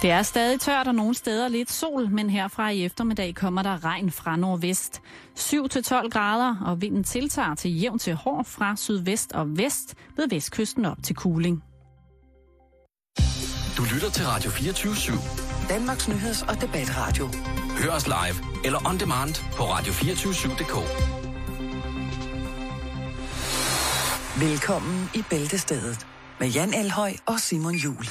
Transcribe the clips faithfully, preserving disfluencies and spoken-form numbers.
Det er stadig tørt og nogle steder lidt sol, men herfra i eftermiddag kommer der regn fra nordvest. syv til tolv grader, og vinden tiltager til jævn til hård fra sydvest og vest ved vestkysten op til Kuling. Du lytter til Radio fireogtyve syv. Danmarks nyheds- og debatradio. Hør os live eller on demand på radio to fire syv punktum d k. Velkommen i Bæltestedet med Jan Elhøj og Simon Juhl.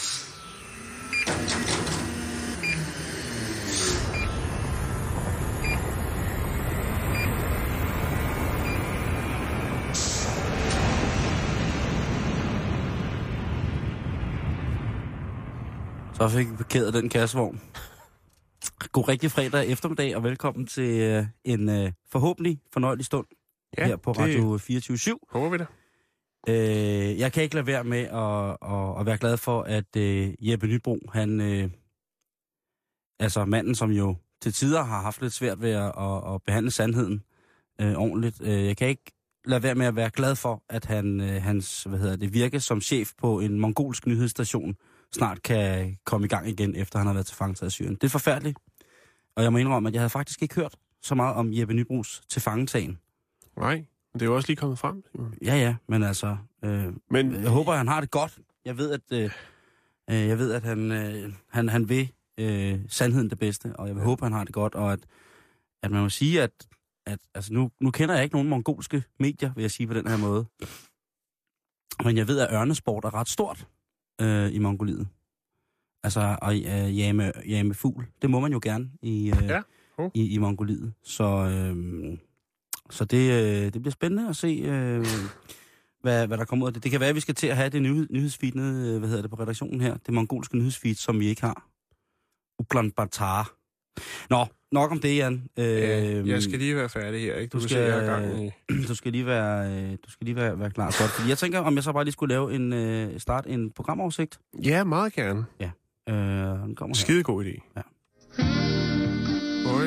Så fik vi parkeret den kassevogn. God rigtig fredag eftermiddag, og velkommen til uh, en uh, forhåbentlig fornøjelig stund ja, her på Radio fireogtyve syv. Håber vi det. Uh, jeg kan ikke lade være med at, at, at være glad for, at uh, Jeppe Nybro, han, uh, altså manden, som jo til tider har haft lidt svært ved at, at, at behandle sandheden uh, ordentligt. Uh, jeg kan ikke lade være med at være glad for, at han, uh, hans hvad hedder det, virke som chef på en mongolsk nyhedsstation snart kan komme i gang igen, efter han har været til fangetaget i Syrien. Det er forfærdeligt. Og jeg må indrømme, at jeg havde faktisk ikke hørt så meget om Jeppe Nybros til fangetagen. Nej, det er jo også lige kommet frem. Ja, ja, men altså... Øh, men jeg håber, at han har det godt. Jeg ved, at, øh, jeg ved, at han, øh, han, han vil øh, sandheden det bedste, og jeg vil ja. håbe, at han har det godt, og at, at man må sige, at, at altså nu, nu kender jeg ikke nogen mongolske medier, vil jeg sige på den her måde. Men jeg ved, at ørnesport er ret stort i Mongoliet. Altså at uh, jame, jame fugl. Det må man jo gerne i, uh, ja. uh. i, i Mongoliet. Så, uh, så det, uh, det bliver spændende at se, uh, hvad, hvad der kommer ud af det. Det kan være, at vi skal til at have det nyhed, nyhedsfeed nede, hvad hedder det, på redaktionen her. Det mongolske nyhedsfeed, som vi ikke har. Ulaanbaatar. Nå, nok om det, Jan. Ja, jeg skal lige være færdig her, ikke? Du, du, skal, se, jeg gang i... du skal lige være, du skal lige være, være klar. Godt. Fordi jeg tænker, om jeg så bare lige skulle lave en uh, start en programoversigt. Ja, meget gerne. Ja. Uh, den kommer her. Skide god idé. Ja. Øj.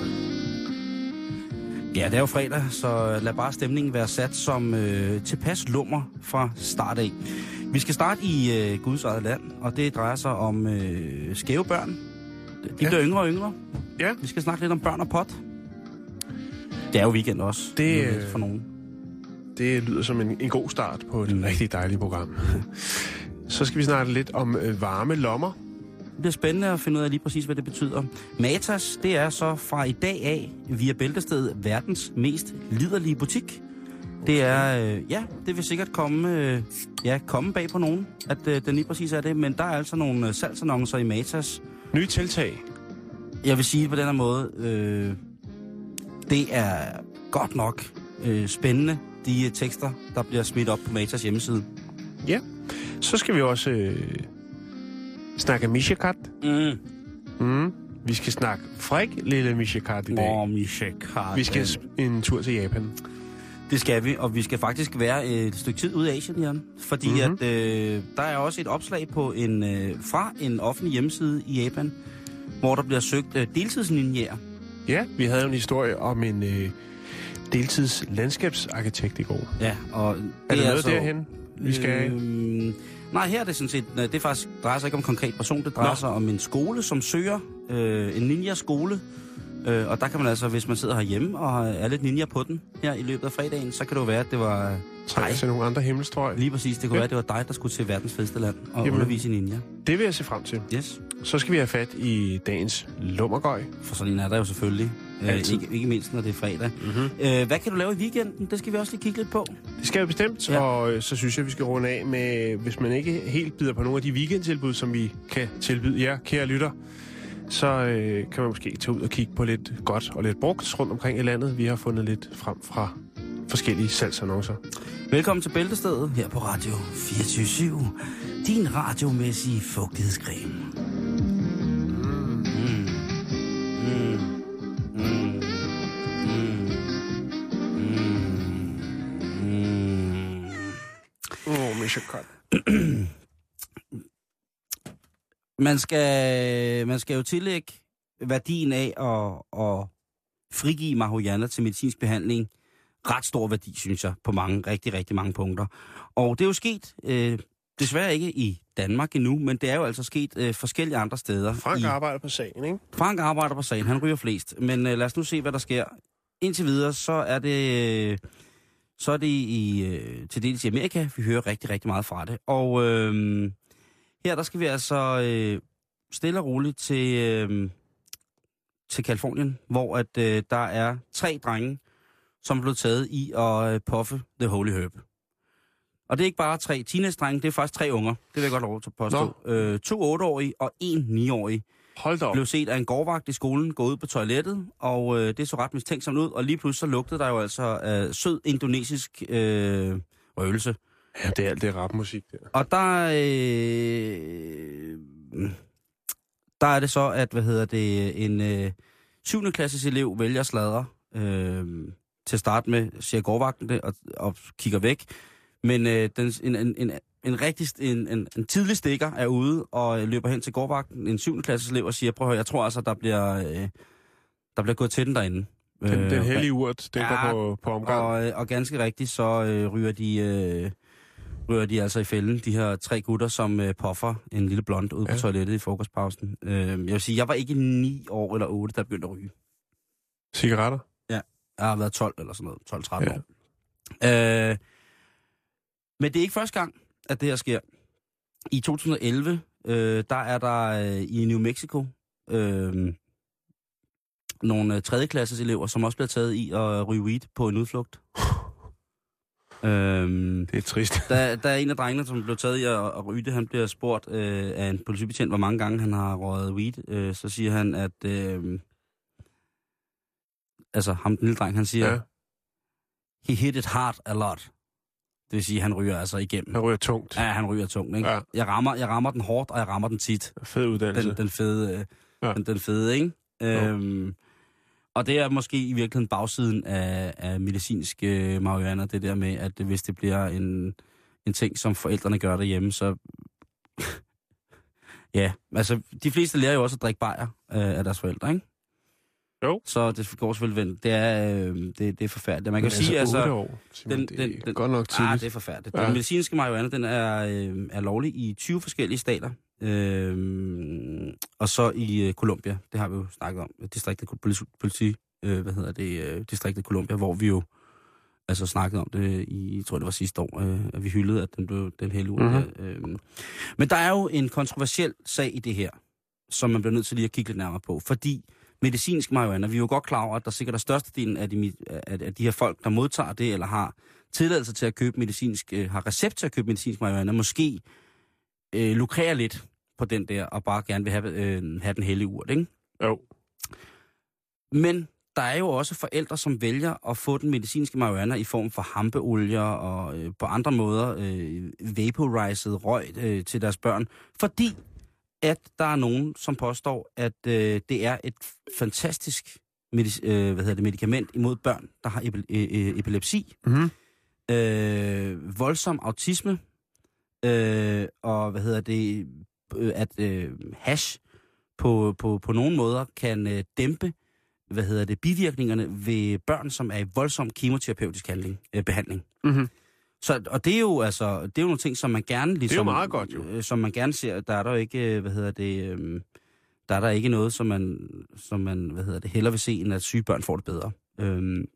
Ja, det er jo fredag, så lad bare stemningen være sat som øh, tilpas lummer fra start af. Vi skal starte i øh, Guds eget land, og det drejer sig om øh, skæve børn. De ja. bliver yngre og yngre. Ja. Vi skal snakke lidt om børn og pot. Det er jo weekend også. Det øh, for nogen. Det lyder som en, en god start på et mm. rigtig dejligt program. Så skal vi snakke lidt om øh, varme lommer. Det bliver spændende at finde ud af lige præcis, hvad det betyder. Matas, det er så fra i dag af via Bæltestedet verdens mest liderlige butik. Det er, øh, ja, det vil sikkert komme, øh, ja, komme bag på nogen, at øh, den lige præcis er det. Men der er altså nogle øh, salgsannoncer i Matas. Nye tiltag. Jeg vil sige det på den her måde. Øh, det er godt nok øh, spændende, de øh, tekster, der bliver smidt op på Matas hjemmeside. Ja, så skal vi også øh, snakke Mishakat. Mm. Mm. Vi skal snakke fræk lille Mishakat i dag. Åh, Mishakat. Vi skal en tur til Japan. Det skal vi, og vi skal faktisk være et stykke tid ude af Asien, Jan. Fordi mm-hmm. at, øh, der er også et opslag på en, øh, fra en offentlig hjemmeside i Japan, hvor der bliver søgt øh, deltidslinjærer. Ja, vi havde en historie om en øh, deltidslandskabsarkitekt i går. Ja, og det er det noget altså, derhen, vi skal øh, nej, her er det sådan set, det er faktisk, drejer sig ikke om en konkret person, det drejer Nå. sig om en skole, som søger øh, en ninja-skole. Øh, og der kan man altså, hvis man sidder herhjemme og er lidt ninja på den her i løbet af fredagen, så kan det jo være, at det var dig. Til nogle andre himmelstrøg. Lige præcis, det kunne ja. være, at det var dig, der skulle til verdens fedeste land og Jamen, undervise i ninja. Det vil jeg se frem til. Yes. Så skal vi have fat i dagens lummergøj. For sådan en er der jo selvfølgelig. Øh, ikke, ikke mindst, når det er fredag. Mm-hmm. Øh, hvad kan du lave i weekenden? Det skal vi også lige kigge lidt på. Det skal vi bestemt, ja. Og så synes jeg, vi skal runde af med, hvis man ikke helt bider på nogle af de weekendtilbud, som vi kan tilbyde jer, kære lytter, så øh, kan man måske tage ud og kigge på lidt godt og lidt brugt rundt omkring i landet. Vi har fundet lidt frem fra forskellige salgsannoncer. Velkommen til Bæltestedet her på Radio fireogtyve syv. Din radiomæssige fugtighedscreme. Mm. Mm. Mm. Mm. Mm. Åh, oh, Misha Cut. Man skal, man skal jo tillægge værdien af at, at frigive marihuana til medicinsk behandling ret stor værdi, synes jeg, på mange, rigtig, rigtig mange punkter. Og det er jo sket øh, desværre ikke i Danmark endnu, men det er jo altså sket øh, forskellige andre steder. Frank i... arbejder på sagen, ikke? Frank arbejder på sagen, han ryger flest. Men øh, lad os nu se, hvad der sker. Indtil videre, så er det, øh, så er det i, øh, til dels i Amerika, vi hører rigtig, rigtig meget fra det. Og øh, her, der skal vi altså øh, stille og roligt til, øh, til Kalifornien, hvor at, øh, der er tre drenge, som er blevet taget i at øh, puffe The Holy Herb. Og det er ikke bare tre teenage-drenge, det er faktisk tre unger. Det vil jeg godt lov til at påstå. Øh, to otteårige og en niårige. Hold da op. Blev set af en gårdvagt i skolen, gå ud på toilettet, og øh, det så ret mistænksomt ud, og lige pludselig så lugtede der jo altså af sød indonesisk øh, røgelse. Ja, det er alt det rapmusik der. Og der, øh, der er det så, at, hvad hedder det, en øh, syvende klasses elev vælger at sladre øh, til at starte med, siger gårdvagten det, og, og kigger væk. Men øh, den, en, en, en, en, rigtig, en, en, en tidlig stikker er ude og løber hen til gårdvagten, en syvende klasses elev, og siger, prøv at høre, jeg tror altså, der bliver, øh, der bliver gået til den derinde. Den, øh, den hellige urt, den ja, går på, på omgang. Og, og ganske rigtigt, så øh, ryger, de, øh, ryger de altså i fælden, de her tre gutter, som øh, puffer en lille blond ude ja. på toilettet i frokostpausen. Øh, jeg vil sige, jeg var ikke ni år eller otte, der begyndte at ryge. Cigaretter? Ja, jeg har været tolv eller sådan noget, tolv tretten ja. år. Øh, Men det er ikke første gang, at det her sker. I to tusind og elleve, øh, der er der øh, i New Mexico øh, nogle øh, tredjeklasses elever, som også bliver taget i at ryge weed på en udflugt. øhm, det er trist. Der, der er en af drengene, som blev taget i at, at ryge det. Han bliver spurgt øh, af en politibetjent, hvor mange gange han har røget weed. Øh, så siger han, at... Øh, altså, ham den lille dreng, han siger... Ja. He hit it hard a lot. Det vil sige, at han ryger altså igennem. Han ryger tungt. Ja, han ryger tungt, ikke? Ja. Jeg, rammer, jeg rammer den hårdt, og jeg rammer den tit. Fed uddannelse. Den, den fede, øh, ja. den, den fede, ikke? Øhm, og det er måske i virkeligheden bagsiden af, af medicinsk øh, marihuana, det der med, at hvis det bliver en, en ting, som forældrene gør derhjemme, så... ja, altså, de fleste lærer jo også at drikke bajer øh, af deres forældre, ikke? Jo. Så det går selvfølgelig vendt. Det er, øh, det, det er forfærdeligt. Man kan altså sige, altså... år, den, det den, den, godt nok tidligt. Ah, det er forfærdeligt. Ja. Den medicinske marihuana, den er, øh, er lovlig i tyve forskellige stater. Øh, og så i øh, Colombia, det har vi jo snakket om. Distriktet politi, øh, hvad hedder det, øh, distriktet Colombia, hvor vi jo altså snakkede om det i, jeg tror det var sidste år, øh, at vi hyldede, at den blev den hele uge. Mm-hmm. Øh. Men der er jo en kontroversiel sag i det her, som man bliver nødt til lige at kigge lidt nærmere på, fordi medicinsk marihuana, vi er jo godt klar over, at der sikkert er størstedelen af de, af de her folk, der modtager det, eller har tilladelse til at købe medicinsk, øh, har recept til at købe medicinsk marihuana, måske øh, lukrerer lidt på den der, og bare gerne vil have, øh, have den hellige urt, ikke? Jo. Men der er jo også forældre, som vælger at få den medicinske marihuana i form for hampeolier og øh, på andre måder øh, vaporized røg øh, til deres børn, fordi at der er nogen, som påstår, at øh, det er et fantastisk medis- øh, hvad hedder det, medicament imod børn, der har epi- øh, epilepsi, mm-hmm. øh, voldsom autisme, øh, og hvad hedder det, øh, at øh, hash på, på, på nogle måder kan øh, dæmpe hvad hedder det, bivirkningerne ved børn, som er i voldsom kemoterapeutisk handling, øh, behandling. Mm-hmm. Så, og det er jo altså, det er jo nogle ting, som man gerne ligesom, det er jo meget godt, jo. Øh, som man gerne ser, der er der jo ikke, hvad hedder det, øh, der er der ikke noget, som man, som man, hvad hedder det, hellere vil se, end at syge børn får det bedre. Øh,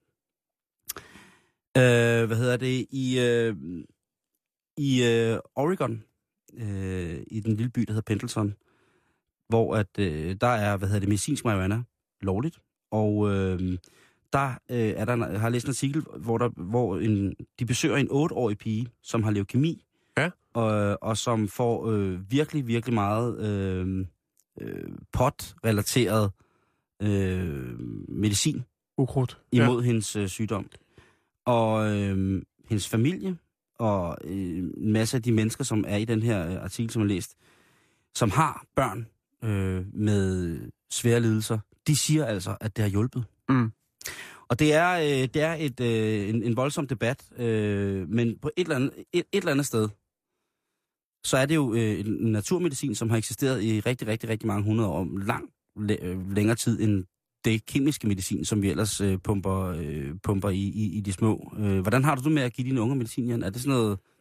øh, hvad hedder det, i, øh, i øh, Oregon, øh, i den lille by, der hedder Pendleton, hvor at, øh, der er, hvad hedder det, medicinsk marihuana lovligt, og øh, der øh, er der, jeg har læst en artikel, hvor, der, hvor en, de besøger en otteårig pige, som har leukemi, ja. og, og som får øh, virkelig, virkelig meget øh, øh, pot-relateret øh, medicin Ukrudt. imod ja. hendes øh, sygdom. Og øh, hendes familie og øh, en masse af de mennesker, som er i den her øh, artikel, som jeg har læst, som har børn øh, med svære lidelser, de siger altså, at det har hjulpet. Mm. Og det er, øh, det er et, øh, en, en voldsom debat, øh, men på et eller, andet, et, et eller andet sted, så er det jo øh, en naturmedicin, som har eksisteret i rigtig, rigtig, rigtig mange hundrede år, lang læ- længere tid end det kemiske medicin, som vi ellers øh, pumper, øh, pumper i, i, i de små. Øh, hvordan har du det med at give dine unge medicin, Jan? Er det sådan noget,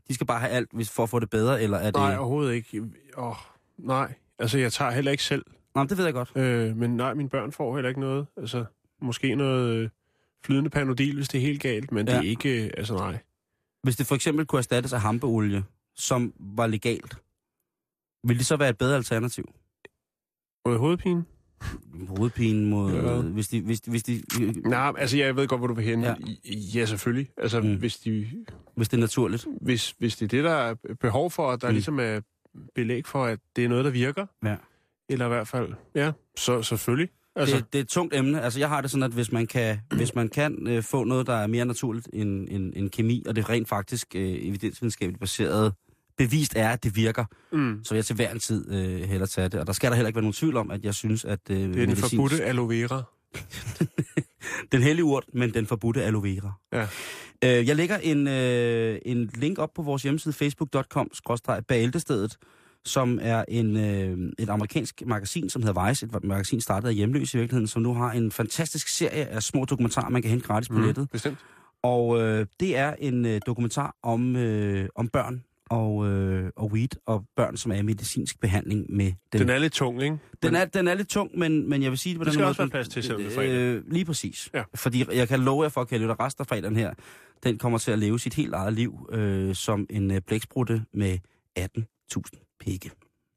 De skal bare have alt hvis, for at få det bedre, eller er det... Nej, overhovedet ikke. Åh, oh, nej. Altså, jeg tager heller ikke selv. Nå, det ved jeg godt. Øh, men nej, mine børn får heller ikke noget. Altså, måske noget øh, flydende Panodil, hvis det er helt galt, men ja. Det er ikke... Øh, altså, nej. Hvis det for eksempel kunne erstattes af hampeolie, som var legalt, ville det så være et bedre alternativ? Mod hovedpine? Hovedpine mod... Ja. Hvis de... Hvis de, hvis de nej, altså jeg ved godt, hvor du vil hen. Ja, ja selvfølgelig. Altså mm. hvis de... Hvis det er naturligt. Hvis, hvis det er det, der er behov for, at der mm. ligesom er belæg for, at det er noget, der virker. Ja. Eller i hvert fald... Ja, så selvfølgelig. Altså. Det, det er et tungt emne. Altså jeg har det sådan, at hvis man kan, hvis man kan øh, få noget, der er mere naturligt end, end, end kemi, og det rent faktisk øh, evidensvidenskabeligt baseret bevist er, at det virker, mm. så vil jeg til hver en tid øh, hellere tage det. Og der skal der heller ikke være nogen tvivl om, at jeg synes, at... Øh, det er medicins... den forbudte aloe vera. Den hellige urt, men den forbudte aloe vera. Ja. Øh, jeg lægger en, øh, en link op på vores hjemmeside, facebook punktum com skråstreg bæltestedet, som er en, øh, et amerikansk magasin, som hedder Vice. Et magasin startet af hjemløse i virkeligheden, som nu har en fantastisk serie af små dokumentarer, man kan hente gratis på nettet. Mm, bestemt. Og øh, det er en øh, dokumentar om, øh, om børn og, øh, og weed, og børn, som er i medicinsk behandling med den. Den er lidt tung, ikke? Den er, den er lidt tung, men, men jeg vil sige det på det den måde... Det skal også være plads til selv fredag. Øh, lige præcis. Ja. Fordi jeg kan love jer for, at jeg lytter resten af fredagen her, den kommer til at leve sit helt eget liv øh, som en øh, blæksprutte med atten tusind pikke.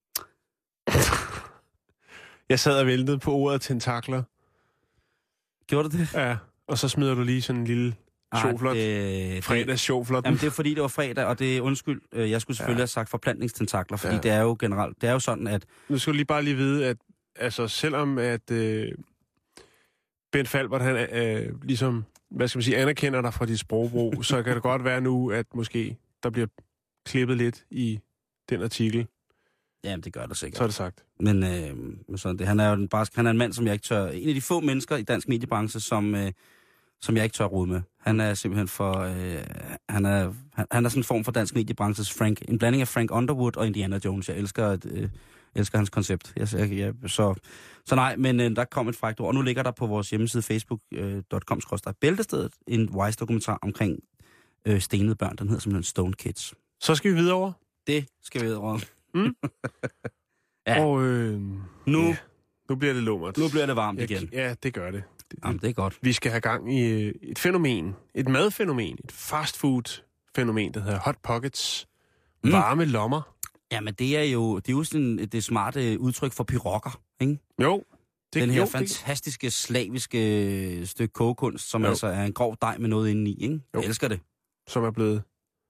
Jeg sad og væltede på ordet tentakler. Gjorde du det? Ja, og så smider du lige sådan en lille sjovflot. Fredags sjovflot. Jamen, det er fordi, det var fredag, og det er undskyld. Jeg skulle selvfølgelig ja. have sagt forplantningstentakler, fordi ja. det er jo generelt, det er jo sådan, at... Nu skal du lige bare lige vide, at altså, selvom at øh, Bent Falbert, han øh, ligesom, hvad skal man sige, anerkender dig fra dit sprogbrug, så kan det godt være nu, at måske der bliver klippet lidt i den artikel. Jamen, det gør det sikkert. Så er det sagt. Men øh, sådan det. Han er jo den bare, han er en mand, som jeg ikke tør... En af de få mennesker i dansk mediebranche, som, øh, som jeg ikke tør rode med. Han er simpelthen for... Øh, han, er, han, han er sådan en form for dansk mediebranches Frank. En blanding af Frank Underwood og Indiana Jones. Jeg elsker, øh, elsker hans koncept. Jeg, jeg, jeg, så, så nej, men øh, der kom et frækt ord. Og nu ligger der på vores hjemmeside facebook punktum com skråstreg bæltestedet en Vice-dokumentar omkring øh, stenede børn. Den hedder simpelthen Stone Kids. Så skal vi videre over. Det skal vi videre over. Mm. ja. Og øh, nu, ja, nu bliver det lummert. Nu bliver det varmt jeg, igen. Ja, det gør det. det. Jamen, det er godt. Vi skal have gang i et fænomen. Et madfænomen. Et fastfood-fænomen, der hedder Hot Pockets. Mm. Varme lommer. Jamen, det er jo, det er jo sådan det smarte udtryk for pirokker, ikke? Jo. Det, Den her jo, fantastiske, det... slaviske stykke kogekunst, som jo. altså er en grov dej med noget indeni, ikke? Jeg elsker det. Som er blevet...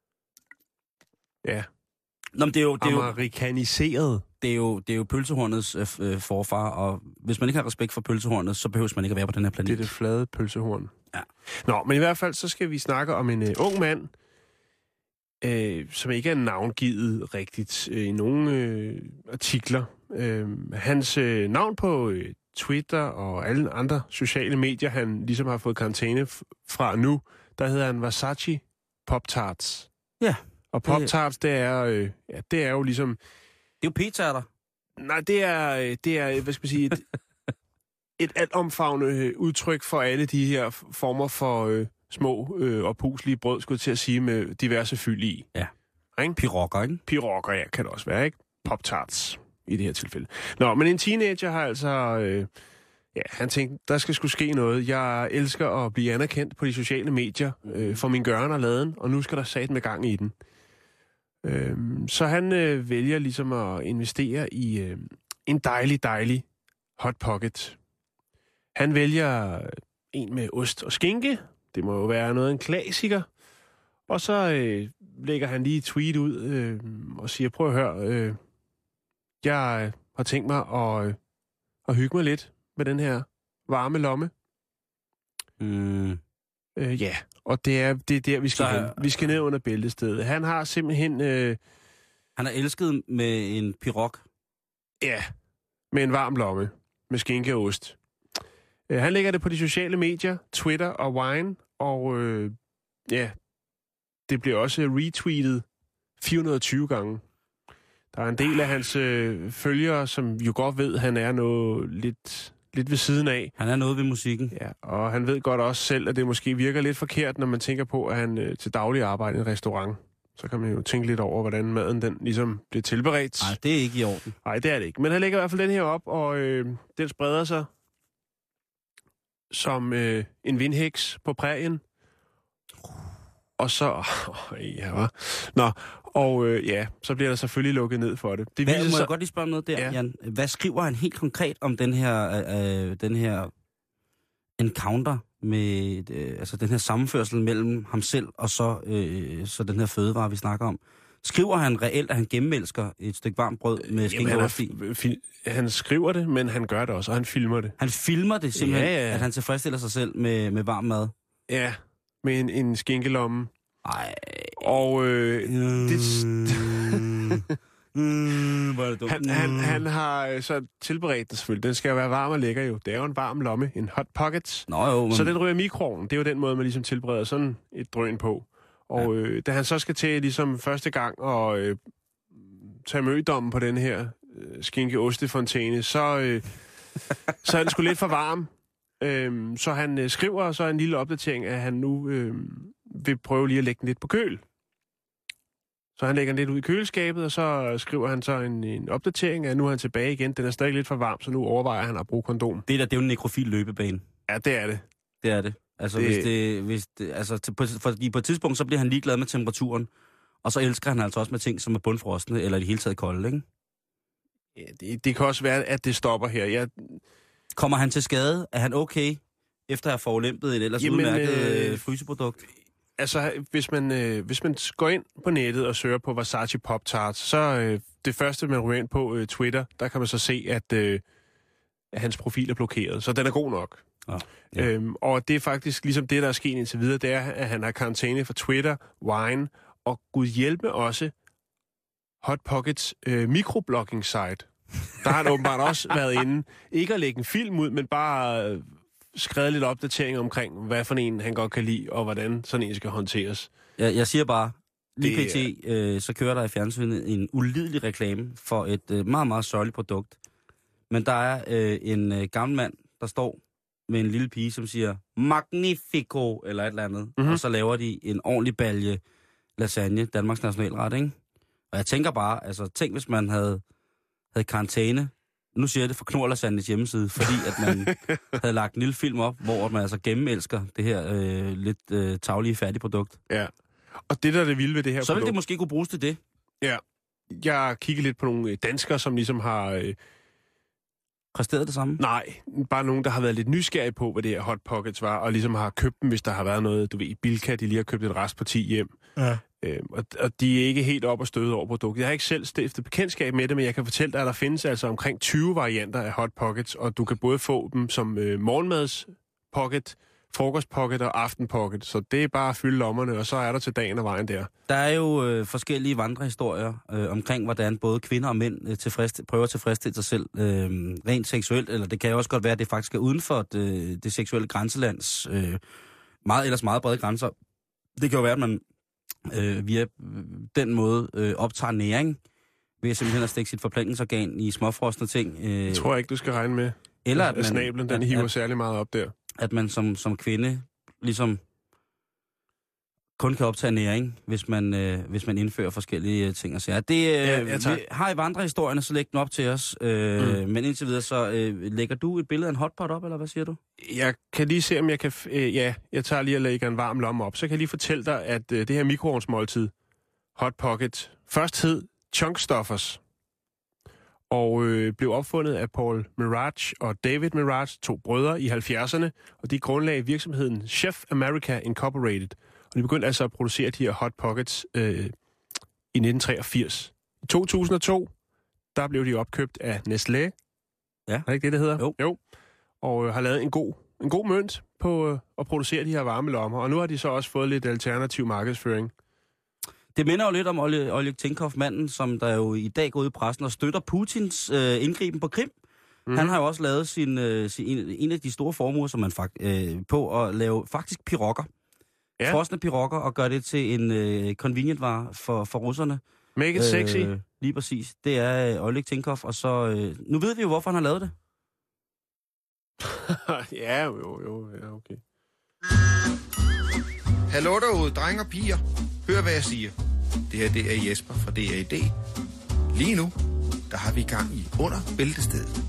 Ja... Nå, men det er jo, det er amerikaniseret. Det er jo, det er jo pølsehornets øh, forfar, og hvis man ikke har respekt for pølsehornet, så behøver man ikke at være på den her planet. Det er det flade pølsehorn. Ja. Nå, men i hvert fald, så skal vi snakke om en uh, ung mand, uh, som ikke er navngivet rigtigt uh, i nogle uh, artikler. Uh, hans uh, navn på uh, Twitter og alle andre sociale medier, han ligesom har fået karantæne f- fra nu, der hedder han Versace Pop-Tarts. Ja. Og Pop-Tarts, det er, øh, ja, det er jo ligesom... Det er jo pizzaer. Nej, det er, det er, hvad skal man sige, et, et altomfavnende udtryk for alle de her former for øh, små øh, og puslige brød, skulle jeg til at sige, med diverse fyld i. Ja. Ikke? Pirokker, ikke? Pirokker, ja, kan det også være, ikke? Pop-Tarts i det her tilfælde. Nå, men en teenager har altså... Øh, ja, han tænkte, der skal sgu ske noget. Jeg elsker at blive anerkendt på de sociale medier øh, for min gøren og laden, og nu skal der sat med gang i den. Øhm, så han øh, vælger ligesom at investere i øh, en dejlig, dejlig hot pocket. Han vælger en med ost og skinke. Det må jo være noget af en klassiker. Og så øh, lægger han lige et tweet ud øh, og siger, prøv at høre, øh, jeg har tænkt mig at, øh, at hygge mig lidt med den her varme lomme. Mm. Øh, ja, og det er, det er der, vi skal så, hen. Vi skal ned under bæltestedet. Han har simpelthen... Øh, han har elsket med en pirog. Ja, med en varm lomme. Med skinke og ost. Øh, han lægger det på de sociale medier, Twitter og Wine, og øh, ja, det bliver også retweetet fire hundrede og tyve gange. Der er en del af hans øh, følgere, som jo godt ved, at han er noget lidt... lidt ved siden af. Han er noget ved musikken. Ja, og han ved godt også selv, at det måske virker lidt forkert, når man tænker på, at han øh, til daglig arbejder i en restaurant. Så kan man jo tænke lidt over, hvordan maden den ligesom bliver tilberedt. Nej, det er ikke i orden. Nej, det er det ikke. Men han lægger i hvert fald den her op, og øh, den spreder sig som øh, en vindhæks på prærien. Og så... Oh, ja, hva? Nå, og øh, ja, så bliver der selvfølgelig lukket ned for det. det Hvad, må sig... jeg godt lige spørge noget der, ja. Jan? Hvad skriver han helt konkret om den her, øh, den her encounter med, øh, altså den her sammenførsel mellem ham selv og så, øh, så den her fødevare, vi snakker om? Skriver han reelt, at han gennemelsker et stykke varmt brød med skinke og ost i? F- han skriver det, men han gør det også, og han filmer det. Han filmer det simpelthen, ja, ja. at han tilfredstiller sig selv med, med varm mad? Ja, med en, en skinkelomme. Ej. Og øh, mm, det... mm, hvor er det dumt. Han, han, han har så tilberedt det selvfølgelig. Den skal jo være varm og lækker jo. Det er jo en varm lomme, en hot pocket. Nå, jo, men... Så den ryger i mikroovnen. Det er jo den måde, man ligesom tilbereder sådan et drøn på. Og ja. øh, da han så skal til ligesom første gang og øh, tage mødommen på den her øh, skinke-ostefontæne, så, øh, så er den sgu lidt for varm. Øh, så han øh, skriver så en lille opdatering, at han nu øh, vil prøve lige at lægge den lidt på køl. Så han lægger den lidt ud i køleskabet, og så skriver han så en, en opdatering, at nu er han tilbage igen. Den er stadig lidt for varm, så nu overvejer han at bruge kondom. Det der, det er jo en nekrofil løbebane. Ja, det er det. Det er det. Altså, det... hvis det, hvis det, altså til, på, fordi på et tidspunkt, så bliver han ligeglad med temperaturen, og så elsker han altså også med ting, som er bundfrostende, eller i det hele taget kolde, ikke? Ja, det, det kan også være, at det stopper her. Jeg... Kommer han til skade? Er han okay, efter at have forulempet et ellers Jamen, udmærket øh, fryseprodukt? Altså, hvis man, øh, hvis man går ind på nettet og søger på Versace Pop-Tarts, så øh, det første, man ryger ind på øh, Twitter, der kan man så se, at, øh, at hans profil er blokeret. Så den er god nok. Ja, ja. Øhm, og det er faktisk ligesom det, der er sket indtil videre, det er, at han har karantæne for Twitter, Wine, og gud hjælpe også Hot Pockets øh, mikroblogging-site. Der har han åbenbart også været inde. Ikke at lægge en film ud, men bare øh, skrevet lidt opdateringer omkring, hvad for en han godt kan lide, og hvordan sådan en skal håndteres. Jeg, jeg siger bare, lige pt. Øh, så kører der i fjernsynet en ulidelig reklame for et øh, meget, meget sørgeligt produkt. Men der er øh, en øh, gammel mand, der står med en lille pige, som siger Magnifico, eller et eller andet. Mm-hmm. Og så laver de en ordentlig balje lasagne, Danmarks nationalret, ikke? Og jeg tænker bare, altså tænk hvis man havde, havde karantæne, nu siger jeg det for Knor Lasagnes hjemmeside, fordi at man havde lagt en lille film op, hvor man altså gennemelsker det her øh, lidt øh, taglige færdigprodukt. Ja, og det der er det vilde ved det her så produkt... vil det måske kunne bruges til det. Ja, jeg kigger lidt på nogle danskere, som ligesom har... Øh, præsteret det samme? Nej, bare nogen, der har været lidt nysgerrige på, hvad det her Hot Pockets var, og ligesom har købt dem, hvis der har været noget, du ved, i Bilka, de lige har købt et restparti hjem. Ja. Øhm, og, og de er ikke helt op og støde over produktet. Jeg har ikke selv stiftet bekendtskab med det, men jeg kan fortælle dig, at der findes altså omkring tyve varianter af Hot Pockets, og du kan både få dem som øh, morgenmads pocket, frokostpocket og aftenpocket, så det er bare at fylde lommerne, og så er der til dagen og vejen der. Der er jo øh, forskellige vandrehistorier øh, omkring, hvordan både kvinder og mænd øh, tilfreds, prøver at tilfredsstille sig selv øh, rent seksuelt, eller det kan jo også godt være, at det faktisk er uden for det, det seksuelle grænselands øh, meget, ellers meget brede grænser. Det kan jo være, at man øh, via den måde øh, optager næring, ved simpelthen at stikke sit forplantningsorgan i småfrostende ting. Øh, jeg tror ikke, du skal regne med, eller at, at snablen, den at, hiver at, særlig meget op der. At man som, som kvinde ligesom kun kan optage næring, hvis man, øh, hvis man indfører forskellige ting og sager. Det øh, ja, ja, vi, har I vandrehistorierne, så læg den op til os. Øh, mm. Men indtil videre, så øh, lægger du et billede af en hotpot op, eller hvad siger du? Jeg kan lige se, om jeg kan... Øh, ja, jeg tager lige og lægger en varm lomme op. Så kan jeg lige fortælle dig, at øh, det her mikroovnsmåltid, Hot Pocket, først hed Chunkstuffers, og øh, blev opfundet af Paul Mirage og David Mirage, to brødre i halvfjerdserne, og de grundlagde virksomheden Chef America Incorporated. Og de begyndte altså at producere de her Hot Pockets øh, i nitten treogfirs. I to tusind og to, der blev de opkøbt af Nestlé. Ja. Er det ikke det, det hedder? Jo. jo. Og øh, har lavet en god, en god mønt på øh, at producere de her varme lommer. Og nu har de så også fået lidt alternativ markedsføring. Det minder jo lidt om Oleg Tinkov, manden, som der jo i dag går ud i pressen og støtter Putins øh, indgriben på Krim. Mm. Han har jo også lavet sin, øh, sin, en, en af de store formuer, som man fakt, øh, på at lave faktisk pirokker. Ja. Frosne pirokker, og gøre det til en øh, convenient vare for, for russerne. Make it sexy. Øh, lige præcis. Det er øh, Oleg Tinkov, og så... Øh, nu ved vi jo, hvorfor han har lavet det. ja, jo, jo, ja, okay. Hallo derude, drenge og piger. Hør, hvad jeg siger. Det her, det er Jesper fra D A D. Lige nu, der har vi gang i Under Bæltestedet.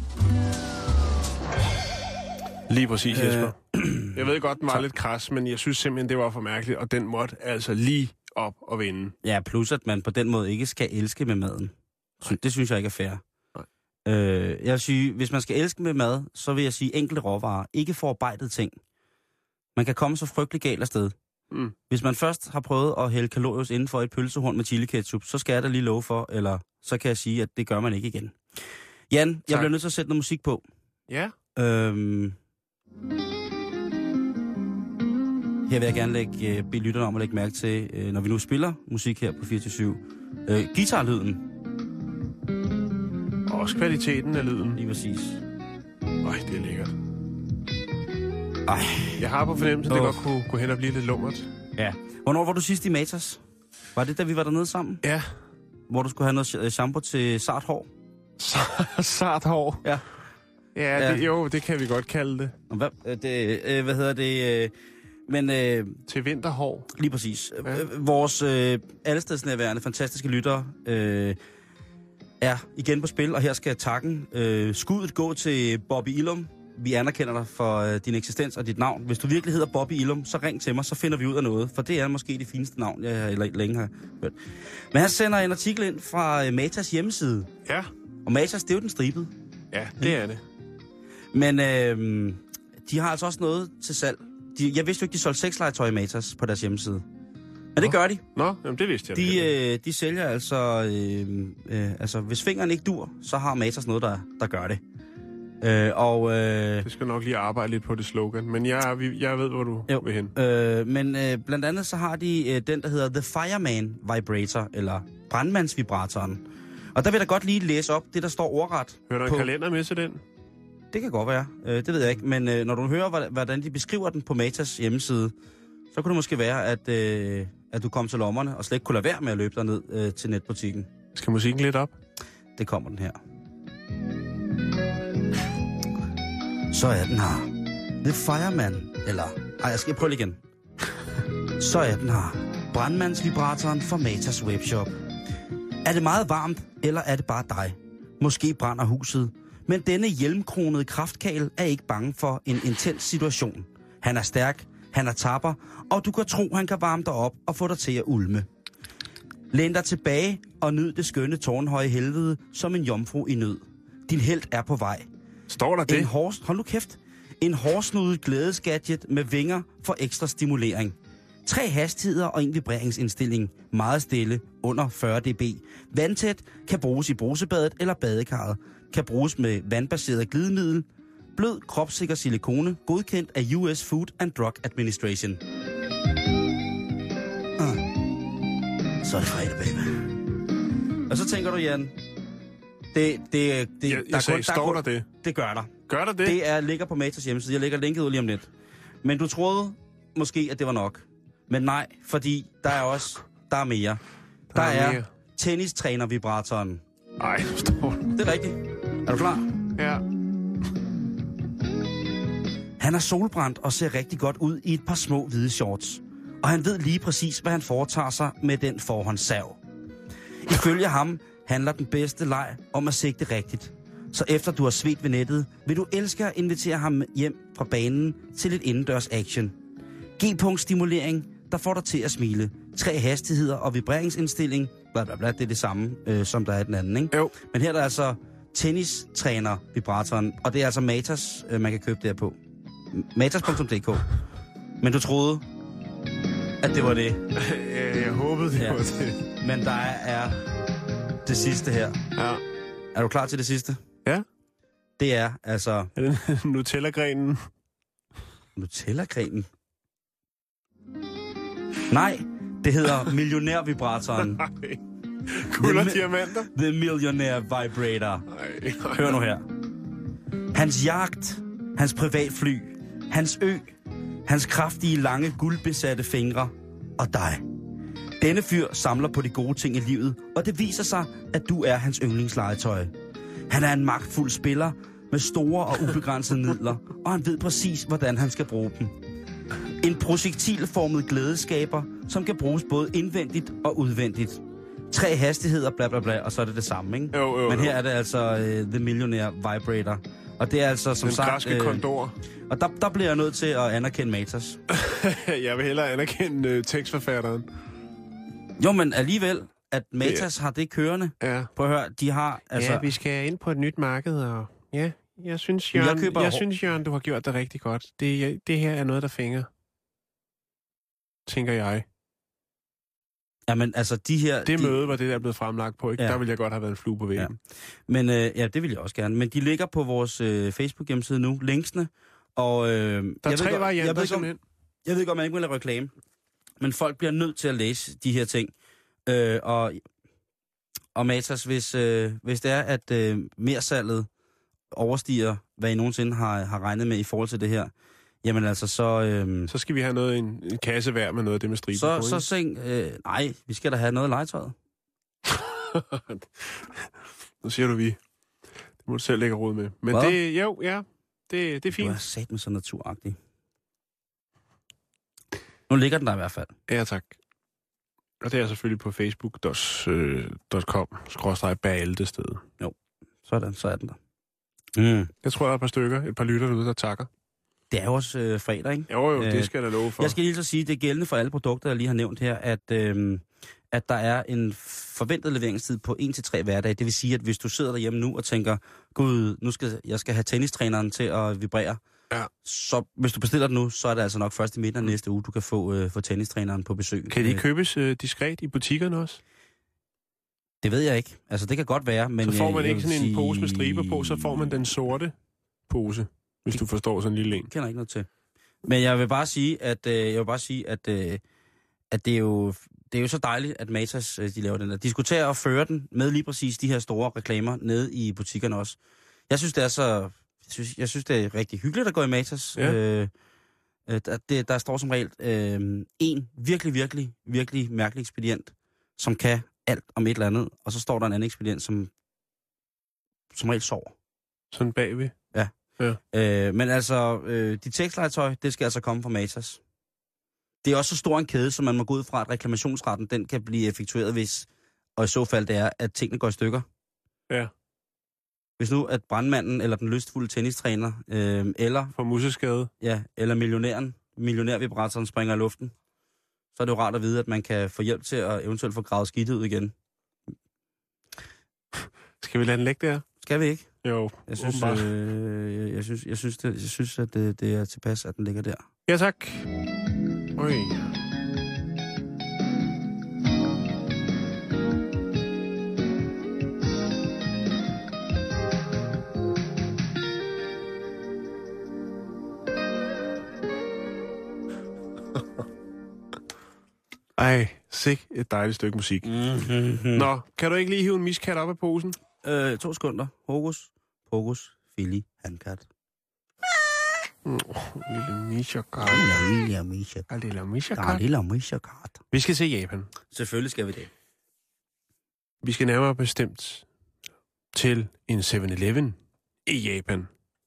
Lige præcis, Jesper. Øh, jeg ved godt, den var så. lidt kras, men jeg synes simpelthen, det var for mærkeligt, og den måtte altså lige op og vinde. Ja, plus at man på den måde ikke skal elske med maden. Så det synes jeg ikke er fair. Nej. Øh, jeg vil sige, hvis man skal elske med mad, så vil jeg sige enkle råvarer. Ikke forarbejdet ting. Man kan komme så frygtelig galt afsted. Mm. Hvis man først har prøvet at hælde kalorius inden for et pølsehorn med chili ketchup, så skal jeg da lige love for, eller så kan jeg sige, at det gør man ikke igen. Jan, tak. Jeg bliver nødt til at sætte noget musik på. Ja. Øhm, her vil jeg gerne lægge, øh, bede lytterne om at lægge mærke til, øh, når vi nu spiller musik her på fireogtyve syv. Øh, guitarlyden. Også kvaliteten af lyden. Lige præcis. Øj, det er lækkert. Ej. Jeg har på fornemmelse, at det oh. godt kunne gå hen og blive lidt lummert. Ja. Hvornår var du sidst i Matas? Var det, da vi var dernede sammen? Ja. Hvor du skulle have noget shampoo til sart hår? Sart hår? Ja. Ja, ja. Det, jo, det kan vi godt kalde det. Hvad, det, øh, hvad hedder det? Øh, men, øh, til vinterhår. Lige præcis. Ja. Øh, vores øh, allestedsnærværende, fantastiske lyttere øh, er igen på spil, og her skal takken øh, skuddet gå til Bobby Illum. Vi anerkender dig for øh, din eksistens og dit navn. Hvis du virkelig hedder Bobby Illum, så ring til mig, så finder vi ud af noget. For det er måske det fineste navn, jeg har længe har hørt. Men han sender en artikel ind fra øh, Matas hjemmeside. Ja. Og Matas, det er jo den stribede. Ja, det er det. Men øh, de har altså også noget til salg. De, jeg vidste jo ikke, de solgte sexlegetøj i Matas på deres hjemmeside. Men det gør de. Nå, jamen det vidste jeg. De, øh, de sælger altså... Øh, øh, altså, hvis fingeren ikke dur, så har Matas noget, der, der gør det. Øh, og, øh, det skal nok lige arbejde lidt på det slogan, men jeg, jeg ved, hvor du jo, vil hen. Øh, men øh, blandt andet så har de øh, den, der hedder The Fireman Vibrator, eller brandmandsvibratoren. Og der vil jeg da godt lige læse op det, der står ordret. Hører der på... en kalender med til den? Det kan godt være. Øh, det ved jeg ikke. Men øh, når du hører, hvordan de beskriver den på Matas hjemmeside, så kunne det måske være, at, øh, at du kom til lommerne og slet ikke kunne lade være med at løbe dig ned øh, til netbutikken. Skal musikken lidt op? Det kommer den her. Så er den her. The Fireman, eller... Ej, jeg skal prøve igen. Så er den her. Brandmandsvibratoren fra Matas webshop. Er det meget varmt, eller er det bare dig? Måske brænder huset. Men denne hjelmkronede kraftkagel er ikke bange for en intens situation. Han er stærk, han er tapper, og du kan tro, han kan varme dig op og få dig til at ulme. Læn dig tilbage og nyd det skønne tårnhøje helvede som en jomfru i nød. Din helt er på vej. Står der det? En hårs, hold nu kæft. En hårsnudet glædesgadget med vinger for ekstra stimulering. Tre hastigheder og en vibreringsindstilling. Meget stille, under fyrre decibel. Vandtæt, kan bruges i brusebadet eller badekarret. Kan bruges med vandbaseret glidemiddel. Blød, kropssikker silikone, godkendt af U S Food and Drug Administration. Ah. Så er det fredag, baby. Og så tænker du, Jan... Det, det, det, jeg, jeg der sagde, kun, står der, der det? Det gør der. Gør der det? Det er, ligger på Matas hjemmeside. Jeg lægger linket ud lige om lidt. Men du troede måske, at det var nok. Men nej, fordi der er også der er mere. Der, der er, er tennistræner-vibratoren. Ej, står det er rigtigt. Er du klar? Ja. Han er solbrændt og ser rigtig godt ud i et par små hvide shorts. Og han ved lige præcis, hvad han foretager sig med den forhåndssav. Ifølge ham handler den bedste leg om at sigte rigtigt. Så efter du har svedt ved nettet, vil du elske at invitere ham hjem fra banen til et indendørs action. G-punkt-stimulering, der får dig til at smile. Tre hastigheder og vibreringsindstilling. Bla bla bla, det er det samme, øh, som der er den anden, ikke? Jo. Men her er der altså tennistræner-vibratoren, og det er altså Matas, øh, man kan købe det her på. Matas punktum d k. Men du troede, at det var det. Jeg håbede, det ja. var det. Men der er det sidste her. Ja. Er du klar til det sidste? Ja. Det er altså... Er det Nutella-grenen? Nutella-grenen? Nej, det hedder millionær-vibratoren. Nej. Guld og diamanter? The Millionaire Vibrator. Nej. Hør nu her. Hans jagt, hans privatfly, hans ø, hans kraftige, lange, guldbesatte fingre og dig. Denne fyr samler på de gode ting i livet, og det viser sig, at du er hans yndlingslegetøj. Han er en magtfuld spiller med store og ubegrænsede midler, og han ved præcis, hvordan han skal bruge dem. En projektilformet glædeskaber, som kan bruges både indvendigt og udvendigt. Tre hastigheder, bla bla bla, og så er det det samme, ikke? Jo, jo, Men her jo. er det altså uh, The Millionaire Vibrator. Og det er altså, som Den sagt... græske øh, kondor. Og der, der bliver jeg nødt til at anerkende Matas. Jeg vil hellere anerkende øh, tekstforfatteren. Jo, men alligevel, at Matas har det kørende. Ja. Prøv at høre, de har... Altså, Ja, vi skal ind på et nyt marked, og ja, jeg synes, Jeg Jørgen, jeg, køber jeg hår- synes, Jørgen, du har gjort det rigtig godt. Det, det her er noget, der fænger. Tænker jeg. Jamen, altså, de her... Det de, møde var det, der er blevet fremlagt på, ikke? Ja. Der ville jeg godt have været en flue på væggen. Ja. Men øh, ja, det vil jeg også gerne. Men de ligger på vores øh, Facebook-hjemmeside nu, linksene. Og, øh, Der er jeg tre ved, godt- varianter, jeg ved, ikke, om, simpelthen. jeg ved ikke, om man ikke vil lave reklame. Men folk bliver nødt til at læse de her ting. Øh, og, og Matas, hvis, øh, hvis det er, at øh, mersalget overstiger, hvad I nogensinde har, har regnet med i forhold til det her, jamen altså, så... Øh, Så skal vi have noget, en, en kasse hver med noget af det med striber så, på, så seng... Øh, nej, vi skal da have noget legetøjet. Nu siger du vi. Det må du selv lægge råd med. Men Hvad? det, jo, ja, det, det er Du fint. er sat med så naturagtig. Nu ligger den der i hvert fald. Ja, tak. Og det er selvfølgelig på facebook punktum com skråstreg bæltested. Sådan, så er den der. Mm. Jeg tror, der er et par stykker, et par lytter derude, der takker. Det er jo også øh, fredag, ikke? Jo, jo, Øh, det skal jeg da love for. Jeg skal lige så sige, det er gældende for alle produkter, jeg lige har nævnt her, at, øh, at der er en forventet leveringstid på en til tre hverdage. Det vil sige, at hvis du sidder derhjemme nu og tænker, gud, nu skal jeg skal have tennistræneren til at vibrere, Ja. så hvis du bestiller den nu, så er det altså nok først i midten af næste uge, du kan få, øh, få tennistræneren på besøg. Kan de Øh, købes øh, diskret i butikkerne også? Det ved jeg ikke. Altså, det kan godt være, men... Så får øh, man jeg ikke vil sådan en sige- pose med striber på, så får man den sorte pose, hvis du forstår sådan en lille en. kender ikke noget til. Men jeg vil bare sige, at øh, jeg vil bare sige, at, øh, at det er jo det er jo så dejligt, at Matas øh, de laver den der. De skulle tage og føre den med lige præcis de her store reklamer nede i butikkerne også. Jeg synes det er så jeg synes, jeg synes det er rigtig hyggeligt at gå i Matas. Ja. Øh, øh, der, det, der står som regel øh, en virkelig virkelig virkelig mærkelig ekspedient, som kan alt om et eller andet, og så står der en anden ekspedient, som som regel sover. Sådan bagved. Øh, men altså, øh, de tekstlegetøj, det skal altså komme fra Matas. Det er også så stor en kæde, så man må gå ud fra, at reklamationsretten, den kan blive effektueret, hvis, og i så fald det er, at tingene går i stykker. Ja. Hvis nu, at brandmanden, eller den lystfulde tennistræner, øh, eller, For museskade. ja, eller millionæren, millionærvibratoren springer i luften, så er det jo rart at vide, at man kan få hjælp til at eventuelt få gravet skidt ud igen. Skal vi lade den ligge der? Skal vi ikke? Jo, Jeg synes, åbenbart. øh, jeg, jeg synes, jeg synes, det, jeg synes at det, det er tilpas, at den ligger der. Ja, tak. Øj. Ej, sik et dejligt stykke musik. Mm-hmm. Nå, kan du ikke lige hive en miskat op af posen? Øh, to sekunder. Hokus, pokus, fili, handkat. Mm, lille mishakat. Lille, lille misha. Lille Der er mishakat. lille mishakat. Vi skal se Japan. Selvfølgelig skal vi det. Vi skal nærmere bestemt til en syv eleven i Japan.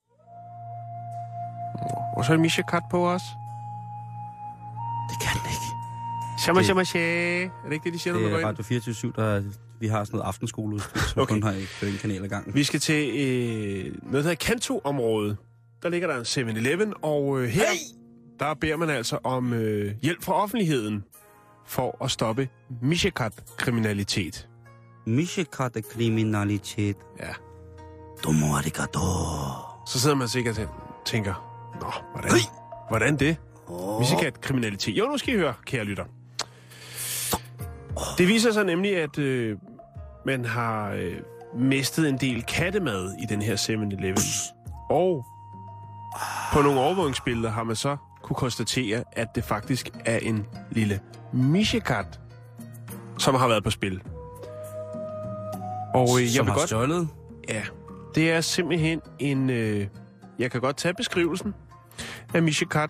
Og så er mishakat på os. Det kan den ikke. Shama Det- shama she. Er det ikke det, de siger, når Det man er går ind? Radio fireogtyve syv, der vi har sådan noget aftenskoleudstyr, som Okay. kun har på en kanal ad gangen. Vi skal til øh, noget, der hedder Kanto-området. Der ligger der en syv eleven, og øh, her, der beder man altså om øh, hjælp fra offentligheden for at stoppe mishakat-kriminalitet. Mishakat er kriminalitet. Ja. Domo arigato. Så sidder man sikkert og tænker, nå, hvordan, hvordan det? Mishakat-kriminalitet. Jo, nu skal I høre, kære lytter. Det viser sig nemlig, at øh, man har øh, mistet en del kattemad i den her syv eleven. Og på nogle overvågningsbilleder har man så kunne konstatere, at det faktisk er en lille mishakat, som har været på spil. Og øh, jeg Som vil har godt... stjålet. Ja, det er simpelthen en... Øh, jeg kan godt tage beskrivelsen af mishakat.